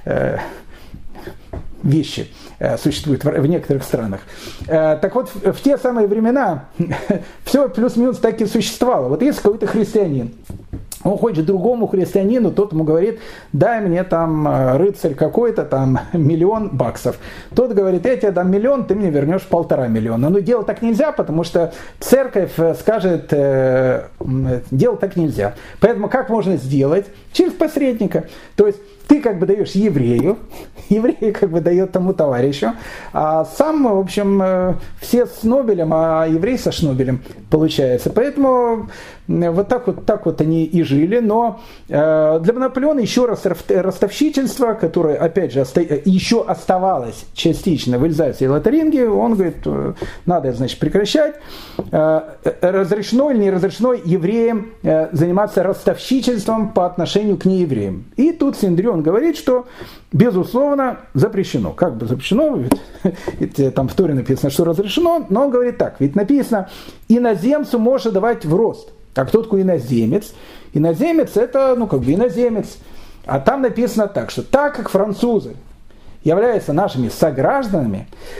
вещи существуют в некоторых странах. Так вот, в те самые времена все плюс-минус так и существовало. Вот есть какой-то христианин, он хочет другому христианину, тот ему говорит, дай мне там рыцарь какой-то, там $1 000 000. Тот говорит, я тебе дам 1 000 000, ты мне вернешь 1,5 миллиона. Но делать так нельзя, потому что церковь скажет, делать так нельзя. Поэтому как можно сделать? Через посредника. То есть ты как бы даешь еврею, еврей как бы дает тому товарищу, а сам, в общем, все с Нобелем, а еврей со Шнобелем получается. Поэтому вот так вот они и жили. Но для Наполеона еще раз ростовщичество, которое, опять же, еще оставалось частично в Эльзасе и Лотаринге, он говорит, надо, значит, прекращать. Разрешено или не разрешено евреям заниматься ростовщичеством по отношению к неевреям. И тут Синдрион говорит, что, безусловно, запрещено. Как бы запрещено? Ведь там в Торе написано, что разрешено, но он говорит так. Ведь написано, иноземцу можно давать в рост. А кто такой иноземец? Иноземец это, ну, как бы иноземец. А там написано так, что так как французы являются нашими согражданами,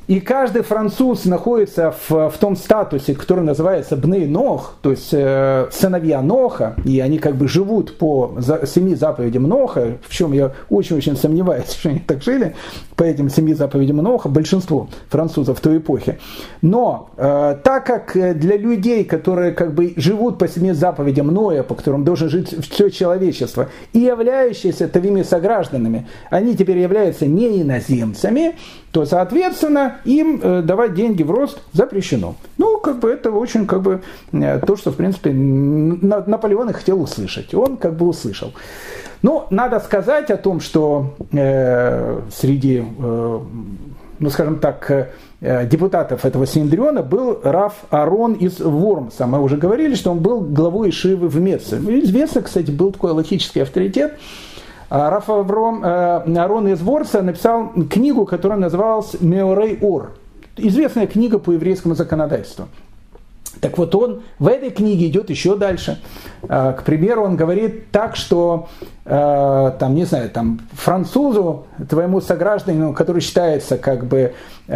и каждый француз находится в том статусе, который называется Бней Нох, то есть сыновья Ноха, и они как бы живут по 7 заповедям Ноха, в чем я очень-очень сомневаюсь, что они так жили, по этим 7 заповедям Ноха, большинство французов в той эпохе. Но так как для людей, которые как бы живут по 7 заповедям Ноя, по которым должен жить все человечество, и являющиеся твоими согражданами, они теперь являются не иноземцами, то, соответственно, им давать деньги в рост запрещено. Ну, как бы это очень, как бы, то, что, в принципе, Наполеон и хотел услышать. Он, как бы, услышал. Но надо сказать о том, что среди, ну, скажем так, депутатов этого Синедриона был Рав Аарон из Вормса. Мы уже говорили, что он был главой ешивы в Меце. Известно, кстати, был такой логический авторитет. Рав Аарон из Ворса написал книгу, которая называлась «Меорей Ор». Известная книга по еврейскому законодательству. Так вот, он в этой книге идет еще дальше. К примеру, он говорит так, что там, не знаю, там, французу, твоему согражданину, который считается как бы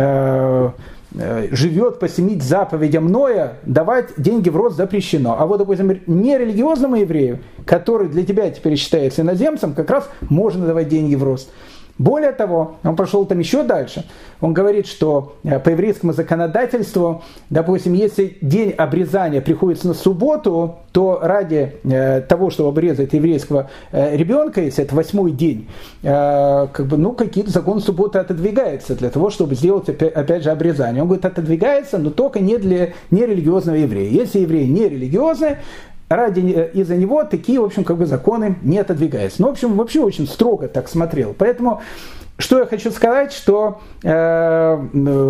живет по 7 заповедям Ноя, давать деньги в рост запрещено. А вот, допустим, нерелигиозному еврею, который для тебя теперь считается иноземцем, как раз можно давать деньги в рост. Более того, он пошел там еще дальше. Он говорит, что по еврейскому законодательству, допустим, если день обрезания приходится на субботу, то ради того, чтобы обрезать еврейского ребенка, если это 8-й день, как бы, ну, какие-то законы субботы отодвигаются для того, чтобы сделать, опять же, обрезание. Он говорит, отодвигается, но только не для нерелигиозного еврея. Если еврей нерелигиозный, из-за него такие, в общем, как бы законы не отодвигаются. Ну, в общем, вообще очень строго так смотрел. Поэтому, что я хочу сказать, что с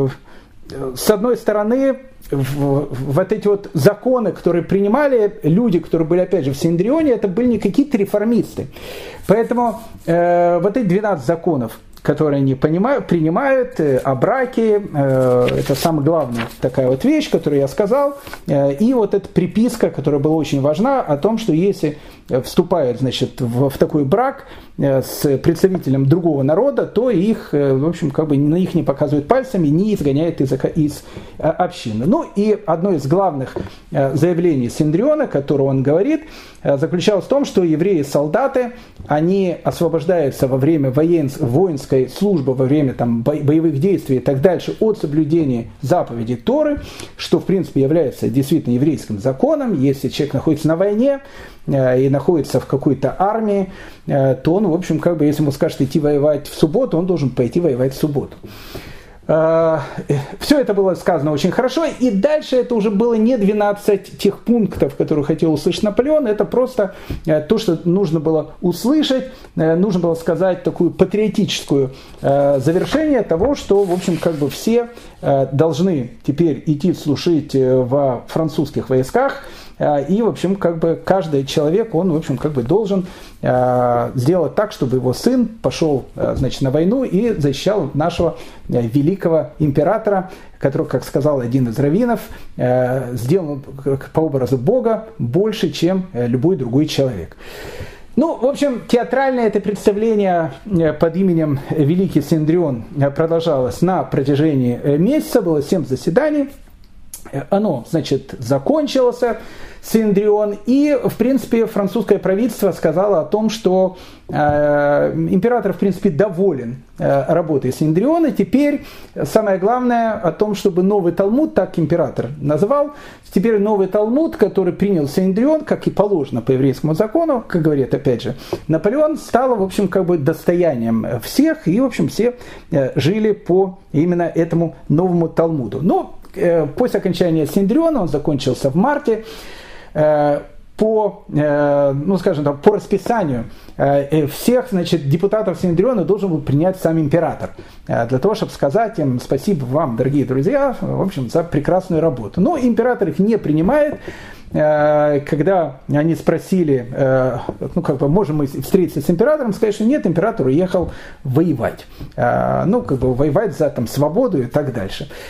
одной стороны, вот эти вот законы, которые принимали люди, которые были, опять же, в Синедрионе, это были не какие-то реформисты. Поэтому вот эти 12 законов, которые они принимают, о браке, это самая главная такая вот вещь, которую я сказал, и вот эта приписка, которая была очень важна, о том, что если вступает, значит, в такой брак с представителем другого народа, то их, в общем, как бы на них не показывают пальцами, не изгоняют из общины. Ну и одно из главных заявлений Синедриона, которое он говорит, заключалось в том, что евреи-солдаты, они освобождаются во время воинской службы, во время там, боевых действий и так дальше от соблюдения заповедей Торы, что в принципе является действительно еврейским законом. Если человек находится на войне и находится в какой-то армии, то он, в общем, как бы, если ему скажут идти воевать в субботу, он должен пойти воевать в субботу. Все это было сказано очень хорошо, и дальше это уже было не 12 тех пунктов, которые хотел услышать Наполеон, это просто то, что нужно было услышать, нужно было сказать такую патриотическую завершение того, что, в общем, как бы все должны теперь идти служить во французских войсках, и, в общем, как бы каждый человек, он, в общем, как бы должен сделать так, чтобы его сын пошел, значит, на войну и защищал нашего великого императора, который, как сказал один из раввинов, сделан по образу Бога больше, чем любой другой человек. Ну, в общем, театральное это представление под именем Великий Синедрион продолжалось на протяжении месяца, было 7 заседаний. Оно, значит, закончилось, Синедрион, и, в принципе, французское правительство сказало о том, что император, в принципе, доволен работой Синедриона. Теперь самое главное о том, чтобы новый Талмуд, так император называл, теперь новый Талмуд, который принял Синедрион, как и положено по еврейскому закону, как говорит, опять же, Наполеон, стал, в общем, как бы достоянием всех, и, в общем, все жили по именно этому новому Талмуду. Но после окончания Синедриона, он закончился в марте, по, ну, скажем так, по расписанию всех, значит, депутатов Синедриона должен был принять сам император, для того, чтобы сказать им спасибо вам, дорогие друзья, в общем, за прекрасную работу. Но император их не принимает. Когда они спросили, ну, как бы, можем мы встретиться с императором, сказать, что нет, император уехал воевать. Ну, как бы, воевать за там свободу и так дальше.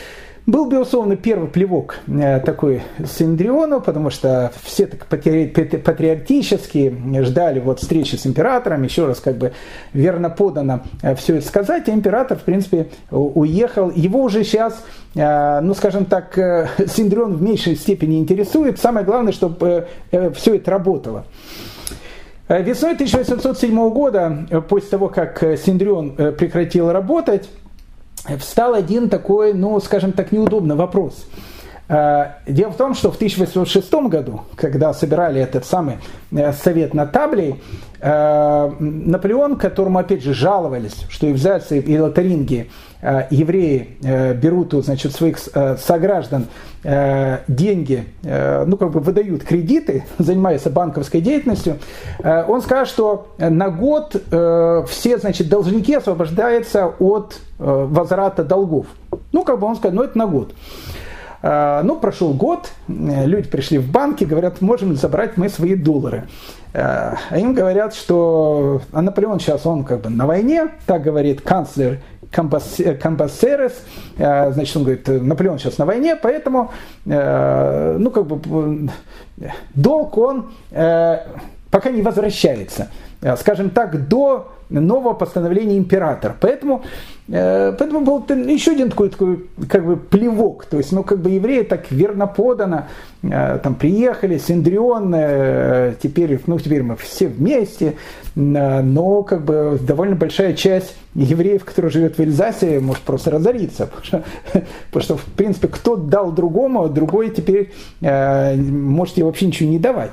Был, безусловно, первый плевок такой Синедриону, потому что все так патриотически ждали вот встречи с императором, еще раз как бы верно подано все это сказать, и император, в принципе, уехал. Его уже сейчас, ну, скажем так, Синедрион в меньшей степени интересует. Самое главное, чтобы все это работало. Весной 1807 года, после того, как Синедрион прекратил работать, встал один такой, ну, скажем так, неудобный вопрос. Дело в том, что в 1806 году, когда собирали этот самый совет нотаблей, Наполеон, которому, опять же, жаловались, что и в Зальце, и Лотаринге евреи берут, значит, своих сограждан деньги, ну, как бы выдают кредиты, занимаются банковской деятельностью, он сказал, что на год все, значит, должники освобождаются от возврата долгов. Ну, как бы он сказал, ну, это на год. Ну, прошел год, люди пришли в банки, говорят, можем забрать мы свои доллары. А им говорят, что Наполеон сейчас, он как бы на войне, так говорит канцлер Камбасерес, значит, он говорит, Наполеон сейчас на войне, поэтому, ну, как бы, долг он пока не возвращается, скажем так, до нового постановления императора. Поэтому был еще один такой как бы плевок. То есть, ну, как бы евреи так верно подано, там приехали, Синедрион, теперь мы все вместе, но как бы довольно большая часть евреев, которые живет в Эльзасе, может просто разориться, потому что в принципе, кто дал другому, другой теперь может ей вообще ничего не давать.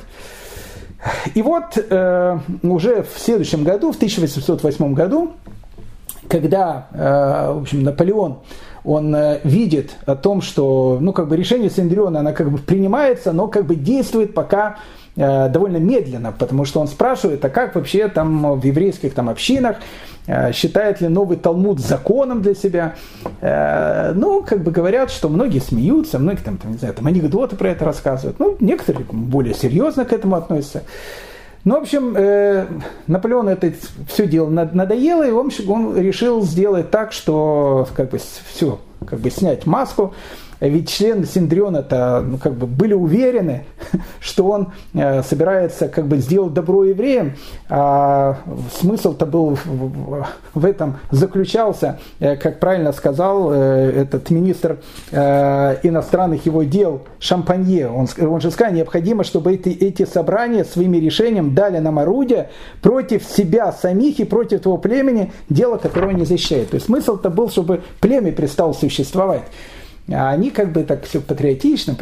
И вот уже в следующем году, в 1808 году, когда, в общем, Наполеон, он видит о том, что, ну, как бы решение Синедриона, оно как бы принимается, но как бы действует пока довольно медленно, потому что он спрашивает, а как вообще там в еврейских там общинах, считает ли новый Талмуд законом для себя. Ну, как бы говорят, что многие смеются, многие там не знаю, там анекдоты про это рассказывают, ну, некоторые более серьезно к этому относятся. Ну, в общем, Наполеону это все дело надоело, и он решил сделать так, что как бы все, как бы снять маску. Ведь члены Синедриона-то, ну, как бы были уверены, что он собирается как бы сделать добро евреям, а смысл-то был в этом заключался, как правильно сказал этот министр иностранных его дел Шампанье. Он же сказал, необходимо, чтобы эти собрания своими решением дали нам орудие против себя самих и против того племени, дело которого они защищают. То есть смысл-то был, чтобы племя перестало существовать. А они как бы так все патриотично.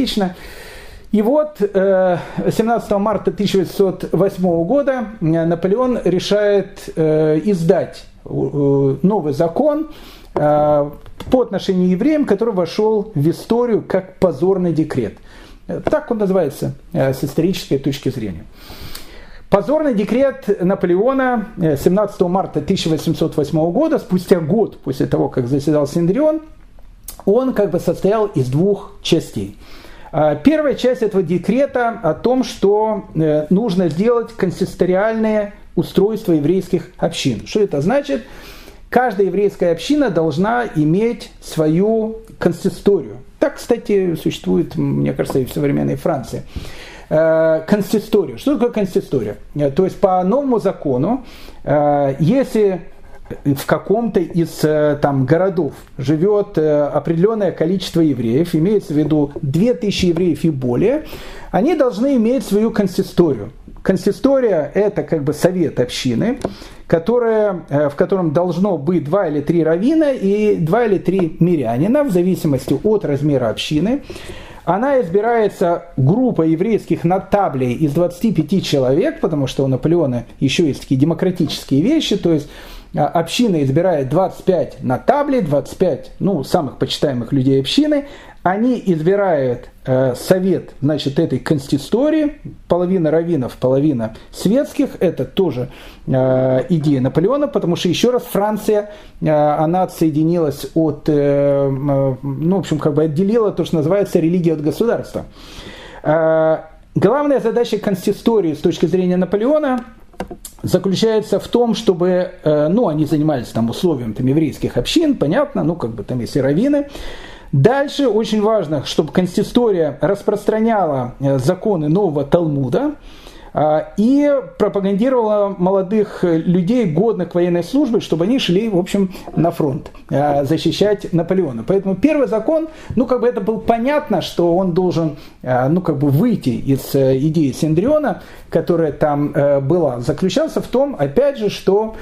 И вот 17 марта 1808 года Наполеон решает издать новый закон по отношению к евреям, который вошел в историю как позорный декрет. Так он называется с исторической точки зрения. Позорный декрет Наполеона 17 марта 1808 года, спустя год после того, как заседал Синедрион, он как бы состоял из двух частей. Первая часть этого декрета о том, что нужно сделать консисториальное устройство еврейских общин. Что это значит? Каждая еврейская община должна иметь свою консисторию. Так, кстати, существует, мне кажется, и в современной Франции. Консисторию. Что такое консистория? То есть по новому закону, если в каком-то из там, городов живет определенное количество евреев, имеется в виду 2000 евреев и более, они должны иметь свою консисторию. Консистория – это как бы совет общины, в котором должно быть 2 или 3 раввина и 2 или 3 мирянина, в зависимости от размера общины. Она избирается группой еврейских нотаблей из 25 человек, потому что у Наполеона еще есть такие демократические вещи, то есть община избирает 25 нотаблей, 25 самых почитаемых людей общины. Они избирают совет, значит, этой консистории, половина раввинов, половина светских. Это тоже идея Наполеона, потому что, еще раз, Франция, она отсоединилась от, в общем, как бы отделила то, что называется религия от государства. Главная задача консистории с точки зрения Наполеона заключается в том, чтобы, они занимались там условием там, еврейских общин, понятно, как бы там есть и раввины, Дальше очень важно, чтобы консистория распространяла законы нового Талмуда и пропагандировала молодых людей, годных к военной службе, чтобы они шли, в общем, на фронт защищать Наполеона. Поэтому первый закон, это было понятно, что он должен, выйти из идеи Синдриона, которая там была, заключался в том, опять же, что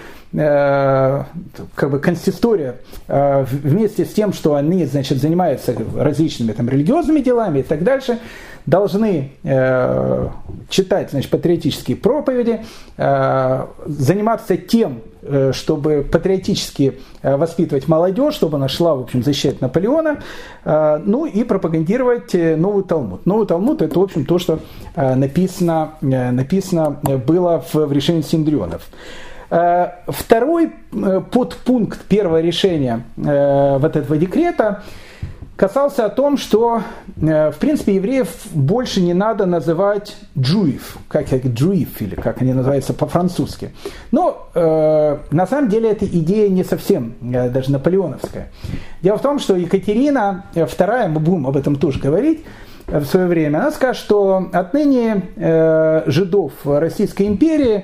консистория вместе с тем, что они, занимаются различными религиозными делами и так дальше, должны читать, патриотические проповеди, заниматься тем, чтобы патриотически воспитывать молодежь, чтобы она шла, в общем, защищать Наполеона, и пропагандировать новый Талмуд. Новый Талмуд – это, в общем, то, что написано было в решении Синдрионов. Второй подпункт первого решения этого декрета касался о том, что, в принципе, евреев больше не надо называть джуев, или как они называются по-французски. Но на самом деле эта идея не совсем даже наполеоновская. Дело в том, что Екатерина II, мы будем об этом тоже говорить в свое время, она скажет, что отныне жидов Российской империи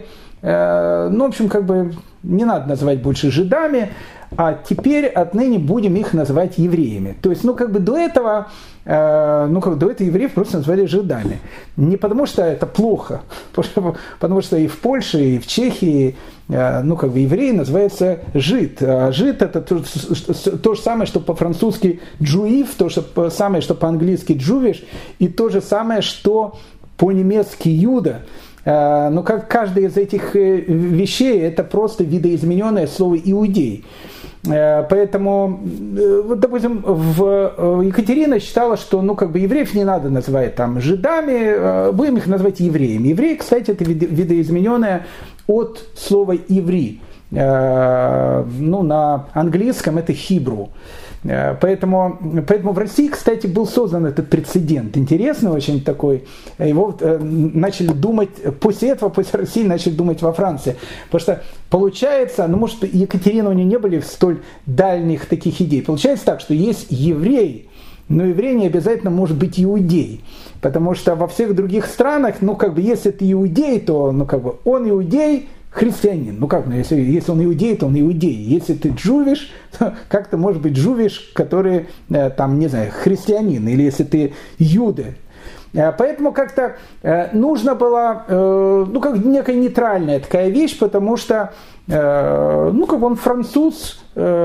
не надо называть больше жидами, а теперь отныне будем их называть евреями. То есть, до этого евреев просто называли жидами. Не потому что это плохо, потому что и в Польше, и в Чехии, евреи называются жид. А жид это то же самое, что по-французски джуив, то же самое, что по-английски джувиш, и то же самое, что по-немецки юда. Как каждая из этих вещей, это просто видоизмененное слово «иудей». Поэтому, допустим, Екатерина считала, что евреев не надо называть жидами, будем их называть евреями. Евреи, кстати, это видоизмененное от слова «иври». На английском это «хибру». Поэтому в России, кстати, был создан этот прецедент. Интересный очень такой. Его начали думать, после России начали думать во Франции. Потому что получается, может, Екатерина у нее не были столь дальних таких идей. Получается так, что есть еврей, но еврей не обязательно может быть иудей. Потому что во всех других странах, если ты иудей, то он иудей, христианин. Если он иудей, то он иудей. Если ты джувиш, то как ты можешь быть джувиш, который, христианин, или если ты юда. Поэтому как-то нужно было, некая нейтральная такая вещь, потому что, он француз,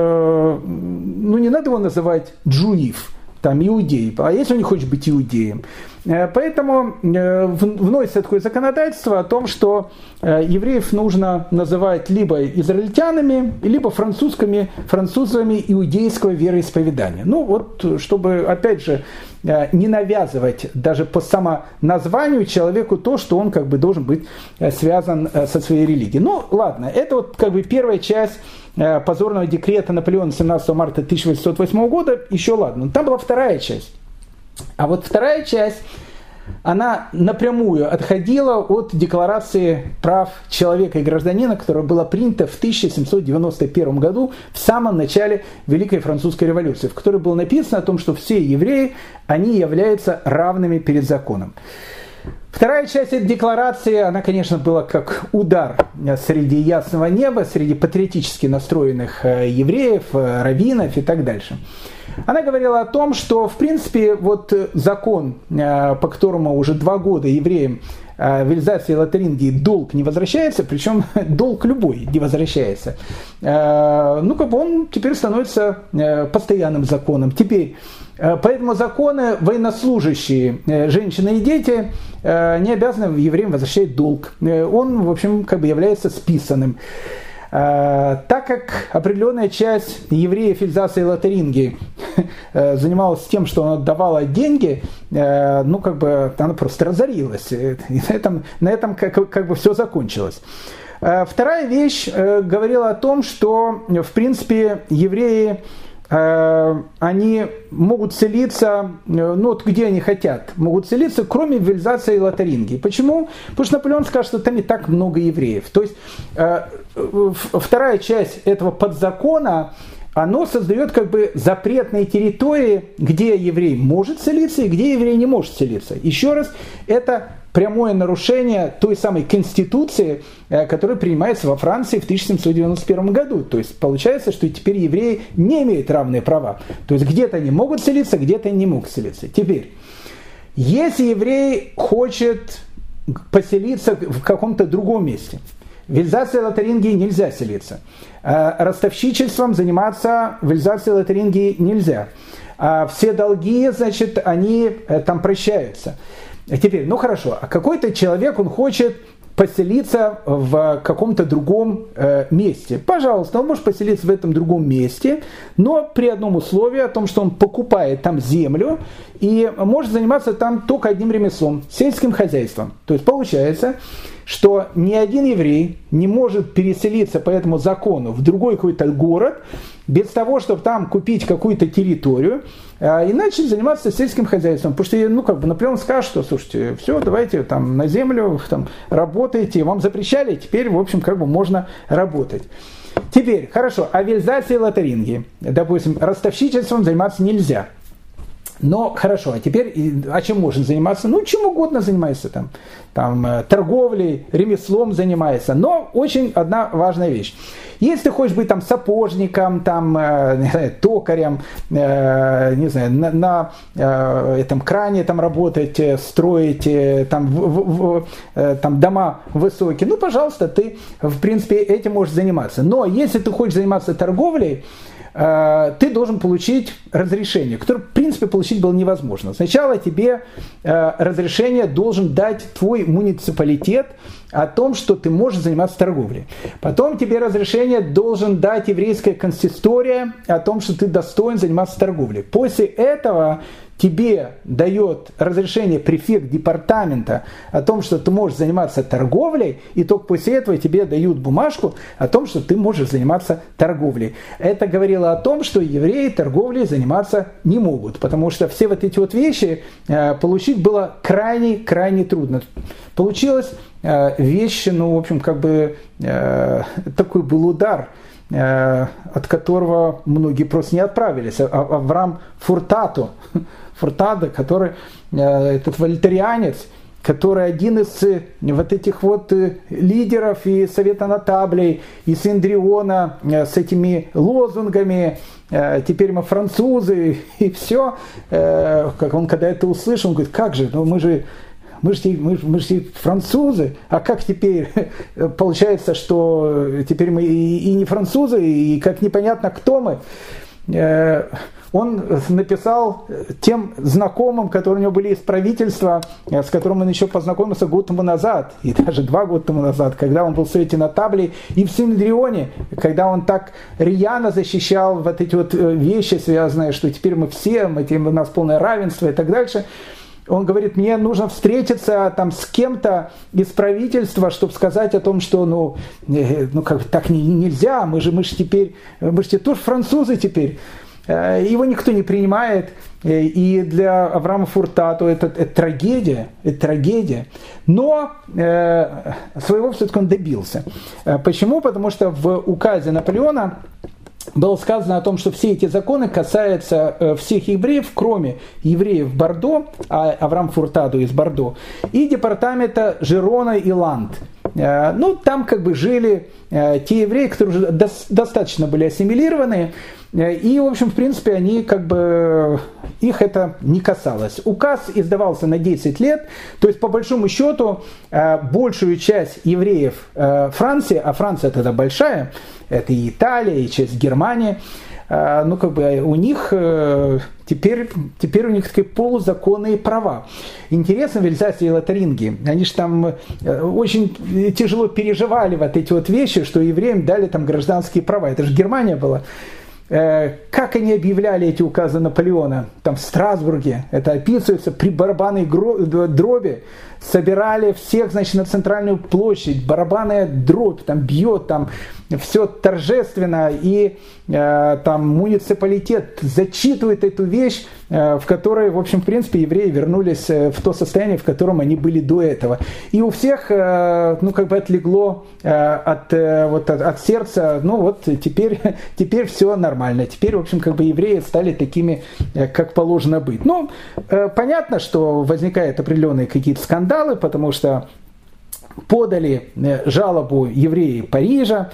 не надо его называть джуив, иудей, а если он не хочет быть иудеем. Поэтому вносится такое законодательство о том, что евреев нужно называть либо израильтянами, либо французами иудейского вероисповедания. Чтобы, опять же, не навязывать даже по самоназванию человеку то, что он должен быть связан со своей религией. Ладно, это первая часть позорного декрета Наполеона 17 марта 1808 года, еще ладно. Там была вторая часть. А вторая часть, она напрямую отходила от Декларации прав человека и гражданина, которая была принята в 1791 году, в самом начале Великой Французской революции, в которой было написано о том, что все евреи, они являются равными перед законом. Вторая часть этой декларации, она, конечно, была как удар среди ясного неба, среди патриотически настроенных евреев, раввинов и так дальше. Она говорила о том, что, в принципе, закон, по которому уже 2 года евреям в Эльзасе и Лотарингии долг не возвращается, причем долг любой не возвращается, он теперь становится постоянным законом. Теперь, поэтому законы военнослужащие, женщины и дети не обязаны евреям возвращать долг. Он, в общем, является списанным. Так как определенная часть евреев Эльзаса и Лотарингии занималась тем, что она отдавала деньги, она просто разорилась. И на этом все закончилось. Вторая вещь говорила о том, что, в принципе, евреи, они могут селиться, где они хотят, могут селиться, кроме в Эльзасе и Лотарингии. Почему? Потому что Наполеон скажет, что там не так много евреев. То есть вторая часть этого подзакона, оно создает как бы запретные территории, где еврей может селиться и где еврей не может селиться. Еще раз, это прямое нарушение той самой конституции, которая принимается во Франции в 1791 году. То есть получается, что теперь евреи не имеют равные права. То есть где-то они могут селиться, где-то они не могут селиться. Теперь, если еврей хочет поселиться в каком-то другом месте, в Эльзасе и Лотарингии нельзя селиться. Ростовщичеством заниматься в Эльзасе и Лотарингии нельзя. Все долги, значит, они там прощаются. Теперь, ну хорошо, а какой-то человек, он хочет поселиться в каком-то другом месте. Пожалуйста, он может поселиться в этом другом месте, но при одном условии, о том, что он покупает там землю и может заниматься там только одним ремеслом, сельским хозяйством. То есть получается, что ни один еврей не может переселиться по этому закону в другой какой-то город без того, чтобы там купить какую-то территорию, и начать заниматься сельским хозяйством. Потому что, ну, как бы Наполеон скажет, что, слушайте, все, давайте там на землю там, работайте, вам запрещали, теперь, в общем, как бы можно работать. Теперь, хорошо, а в Эльзасе и Лотарингии, допустим, ростовщичеством заниматься нельзя. Но хорошо, а теперь, а чем можно заниматься? Ну, чем угодно занимается там торговлей, ремеслом занимается. Но очень одна важная вещь. Если ты хочешь быть там сапожником, там, не знаю, токарем, не знаю, на этом кране там работать, строить, там дома высокие, ну, пожалуйста, ты, в принципе, этим можешь заниматься. Но если ты хочешь заниматься торговлей, ты должен получить разрешение, которое, в принципе, получить было невозможно. Сначала тебе разрешение должен дать твой муниципалитет о том, что ты можешь заниматься торговлей. Потом тебе разрешение должен дать еврейская консистория о том, что ты достоин заниматься торговлей. После этого тебе дает разрешение префект департамента о том, что ты можешь заниматься торговлей, и только после этого тебе дают бумажку о том, что ты можешь заниматься торговлей. Это говорило о том, что евреи торговлей заниматься не могут, потому что все вот эти вот вещи получить было крайне трудно. Получилась вещь, ну, в общем, как бы такой был удар, от которого многие просто не отправились. Авраам Фуртадо, который, этот вольтерианец, который один из вот этих вот лидеров и Совета Нотаблей, и Синдриона с этими лозунгами, теперь мы французы, и все. Как он когда это услышал, он говорит, как же, ну мы же французы, а как теперь получается, что теперь мы и не французы, и как непонятно, кто мы. Он написал тем знакомым, которые у него были из правительства, с которым он еще познакомился год тому назад, и даже 2 года тому назад, когда он был в Совете Нотаблей и в Синдрионе, когда он так рьяно защищал вот эти вот вещи, связанные, что теперь мы все, у нас полное равенство и так дальше. Он говорит, мне нужно встретиться там с кем-то из правительства, чтобы сказать о том, что ну как так нельзя, мы же теперь тоже французы теперь. Его никто не принимает, и для Авраама Фуртадо это трагедия. Но своего все-таки он добился. Почему? Потому что в указе Наполеона было сказано о том, что все эти законы касаются всех евреев, кроме евреев Бордо, а Авраам Фуртадо из Бордо, и департамента Жирона и Ланд. Ну, там как бы жили те евреи, которые уже достаточно были ассимилированы, и, в общем, в принципе, они как бы, их это не касалось. Указ издавался на 10 лет, то есть, по большому счету, большую часть евреев Франции, а Франция тогда большая, это и Италия, и часть Германии, ну, как бы у них теперь у них такие полузаконные права. Интересно, в Эльзасе и Лотарингии, они же там очень тяжело переживали вот эти вот вещи, что евреям дали там гражданские права. Это же Германия была. Как они объявляли эти указы Наполеона, там в Страсбурге, это описывается, при барабанной дроби собирали всех, значит, на центральную площадь, барабанная дробь, там бьет, там все торжественно, и там муниципалитет зачитывает эту вещь, в которой, в общем, в принципе, евреи вернулись в то состояние, в котором они были до этого. И у всех, ну, как бы отлегло от сердца, ну, вот теперь все нормально. нормально. Теперь, в общем, как бы евреи стали такими, как положено быть. Ну, понятно, что возникают определенные какие-то скандалы, потому что подали жалобу евреи Парижа,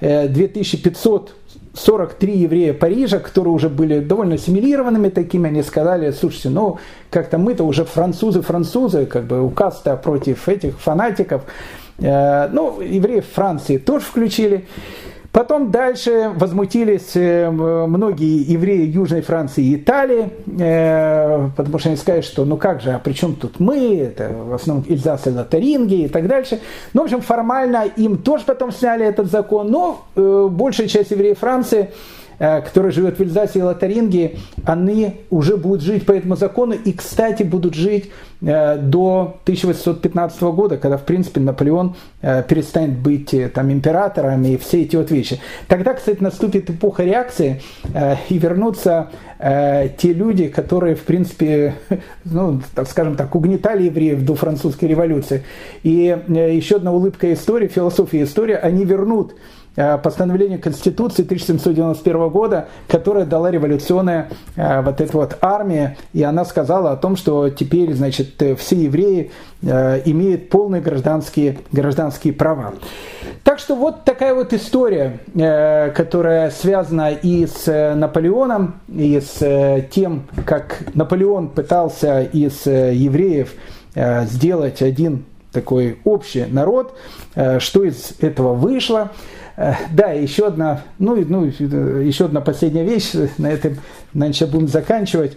2543 еврея Парижа, которые уже были довольно ассимилированными такими, они сказали: слушайте, ну как-то мы-то уже французы, как бы указ-то против этих фанатиков. Ну, евреев Франции тоже включили. Потом дальше возмутились многие евреи Южной Франции и Италии, потому что они сказали, что ну как же, а при чем тут мы, это в основном Эльзас и Лотарингия и так дальше. Ну, в общем, формально им тоже потом сняли этот закон, но большая часть евреев Франции, которые живут в Эльзасе и Лотарингии, они уже будут жить по этому закону и, кстати, будут жить до 1815 года, когда, в принципе, Наполеон перестанет быть там императором и все эти вот вещи. Тогда, кстати, наступит эпоха реакции и вернутся те люди, которые, в принципе, ну, так скажем так, угнетали евреев до французской революции. И еще одна улыбка истории, философия истории, они вернут постановление Конституции 1791 года, которое дала революционная вот эта вот армия, и она сказала о том, что теперь, значит, все евреи имеют полные гражданские права. Так что вот такая вот история, которая связана и с Наполеоном, и с тем, как Наполеон пытался из евреев сделать один такой общий народ, что из этого вышло. Да, еще одна последняя вещь, на этом, наверное, будем заканчивать.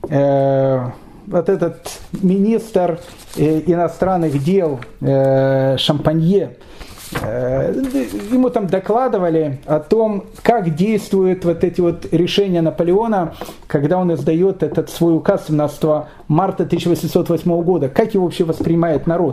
Вот этот министр иностранных дел Шампанье, ему там докладывали о том, как действуют вот эти вот решения Наполеона, когда он издает этот свой указ 17 марта 1808 года, как его вообще воспринимает народ.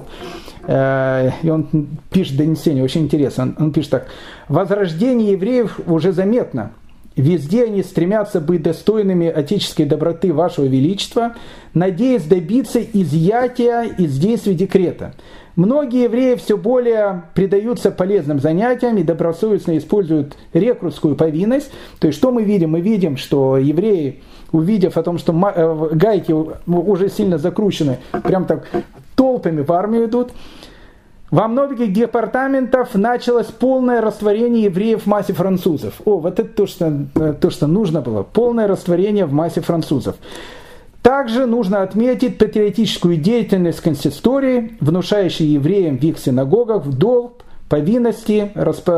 И он пишет донесение, очень интересно. Он пишет так: «Возрождение евреев уже заметно. Везде они стремятся быть достойными отеческой доброты вашего величества, надеясь добиться изъятия из действий декрета. Многие евреи все более предаются полезным занятиям и добросовестно используют рекрутскую повинность». То есть, что мы видим? Мы видим, что евреи, увидев о том, что гайки уже сильно закручены, прям так толпами в армию идут. Во многих департаментах началось полное растворение евреев в массе французов. Вот это то, что нужно было. Полное растворение в массе французов. Также нужно отметить патриотическую деятельность консистории, внушающей евреям в их синагогах в долг, повинности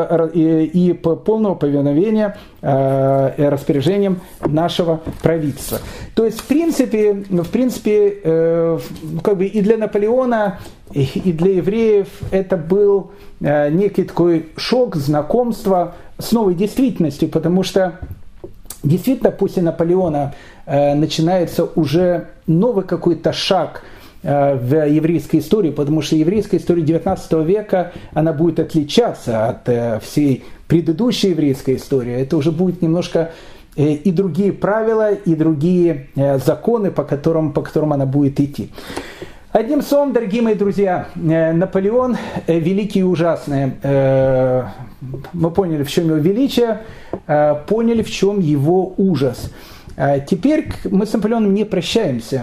и полного повиновения распоряжениям нашего правительства. То есть, в принципе, как бы и для Наполеона, и для евреев это был некий такой шок, знакомство с новой действительностью, потому что действительно после Наполеона начинается уже новый какой-то шаг в еврейской истории, потому что еврейская история XIX века, она будет отличаться от всей предыдущей еврейской истории. Это уже будет немножко и другие правила, и другие законы, по которым она будет идти. Одним словом, дорогие мои друзья, Наполеон великий и ужасный. Мы поняли, в чем его величие, поняли, в чем его ужас. Теперь мы с Наполеоном не прощаемся.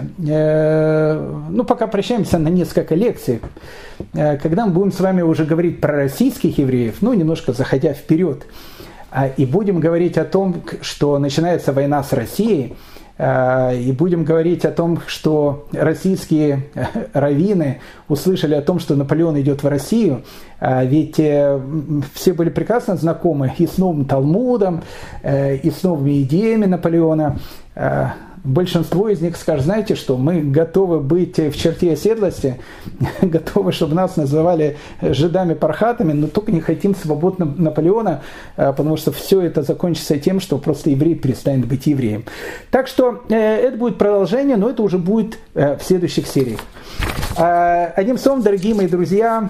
Пока прощаемся на несколько лекций. Когда мы будем с вами уже говорить про российских евреев, немножко заходя вперед, и будем говорить о том, что начинается война с Россией, и будем говорить о том, что российские раввины услышали о том, что Наполеон идет в Россию, ведь все были прекрасно знакомы и с новым Талмудом, и с новыми идеями Наполеона. Большинство из них скажут: знаете что, мы готовы быть в черте оседлости, готовы, чтобы нас называли жидами-пархатами, но только не хотим свободного Наполеона, потому что все это закончится тем, что просто еврей перестанет быть евреем. Так что это будет продолжение, но это уже будет в следующих сериях. Одним словом, дорогие мои друзья,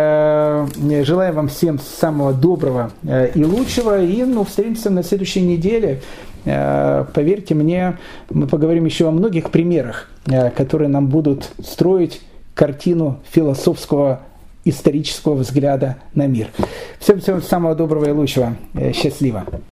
желаю вам всем самого доброго и лучшего, и встретимся на следующей неделе. Поверьте мне, мы поговорим еще о многих примерах, которые нам будут строить картину философского, исторического взгляда на мир. Всем самого доброго и лучшего. Счастливо.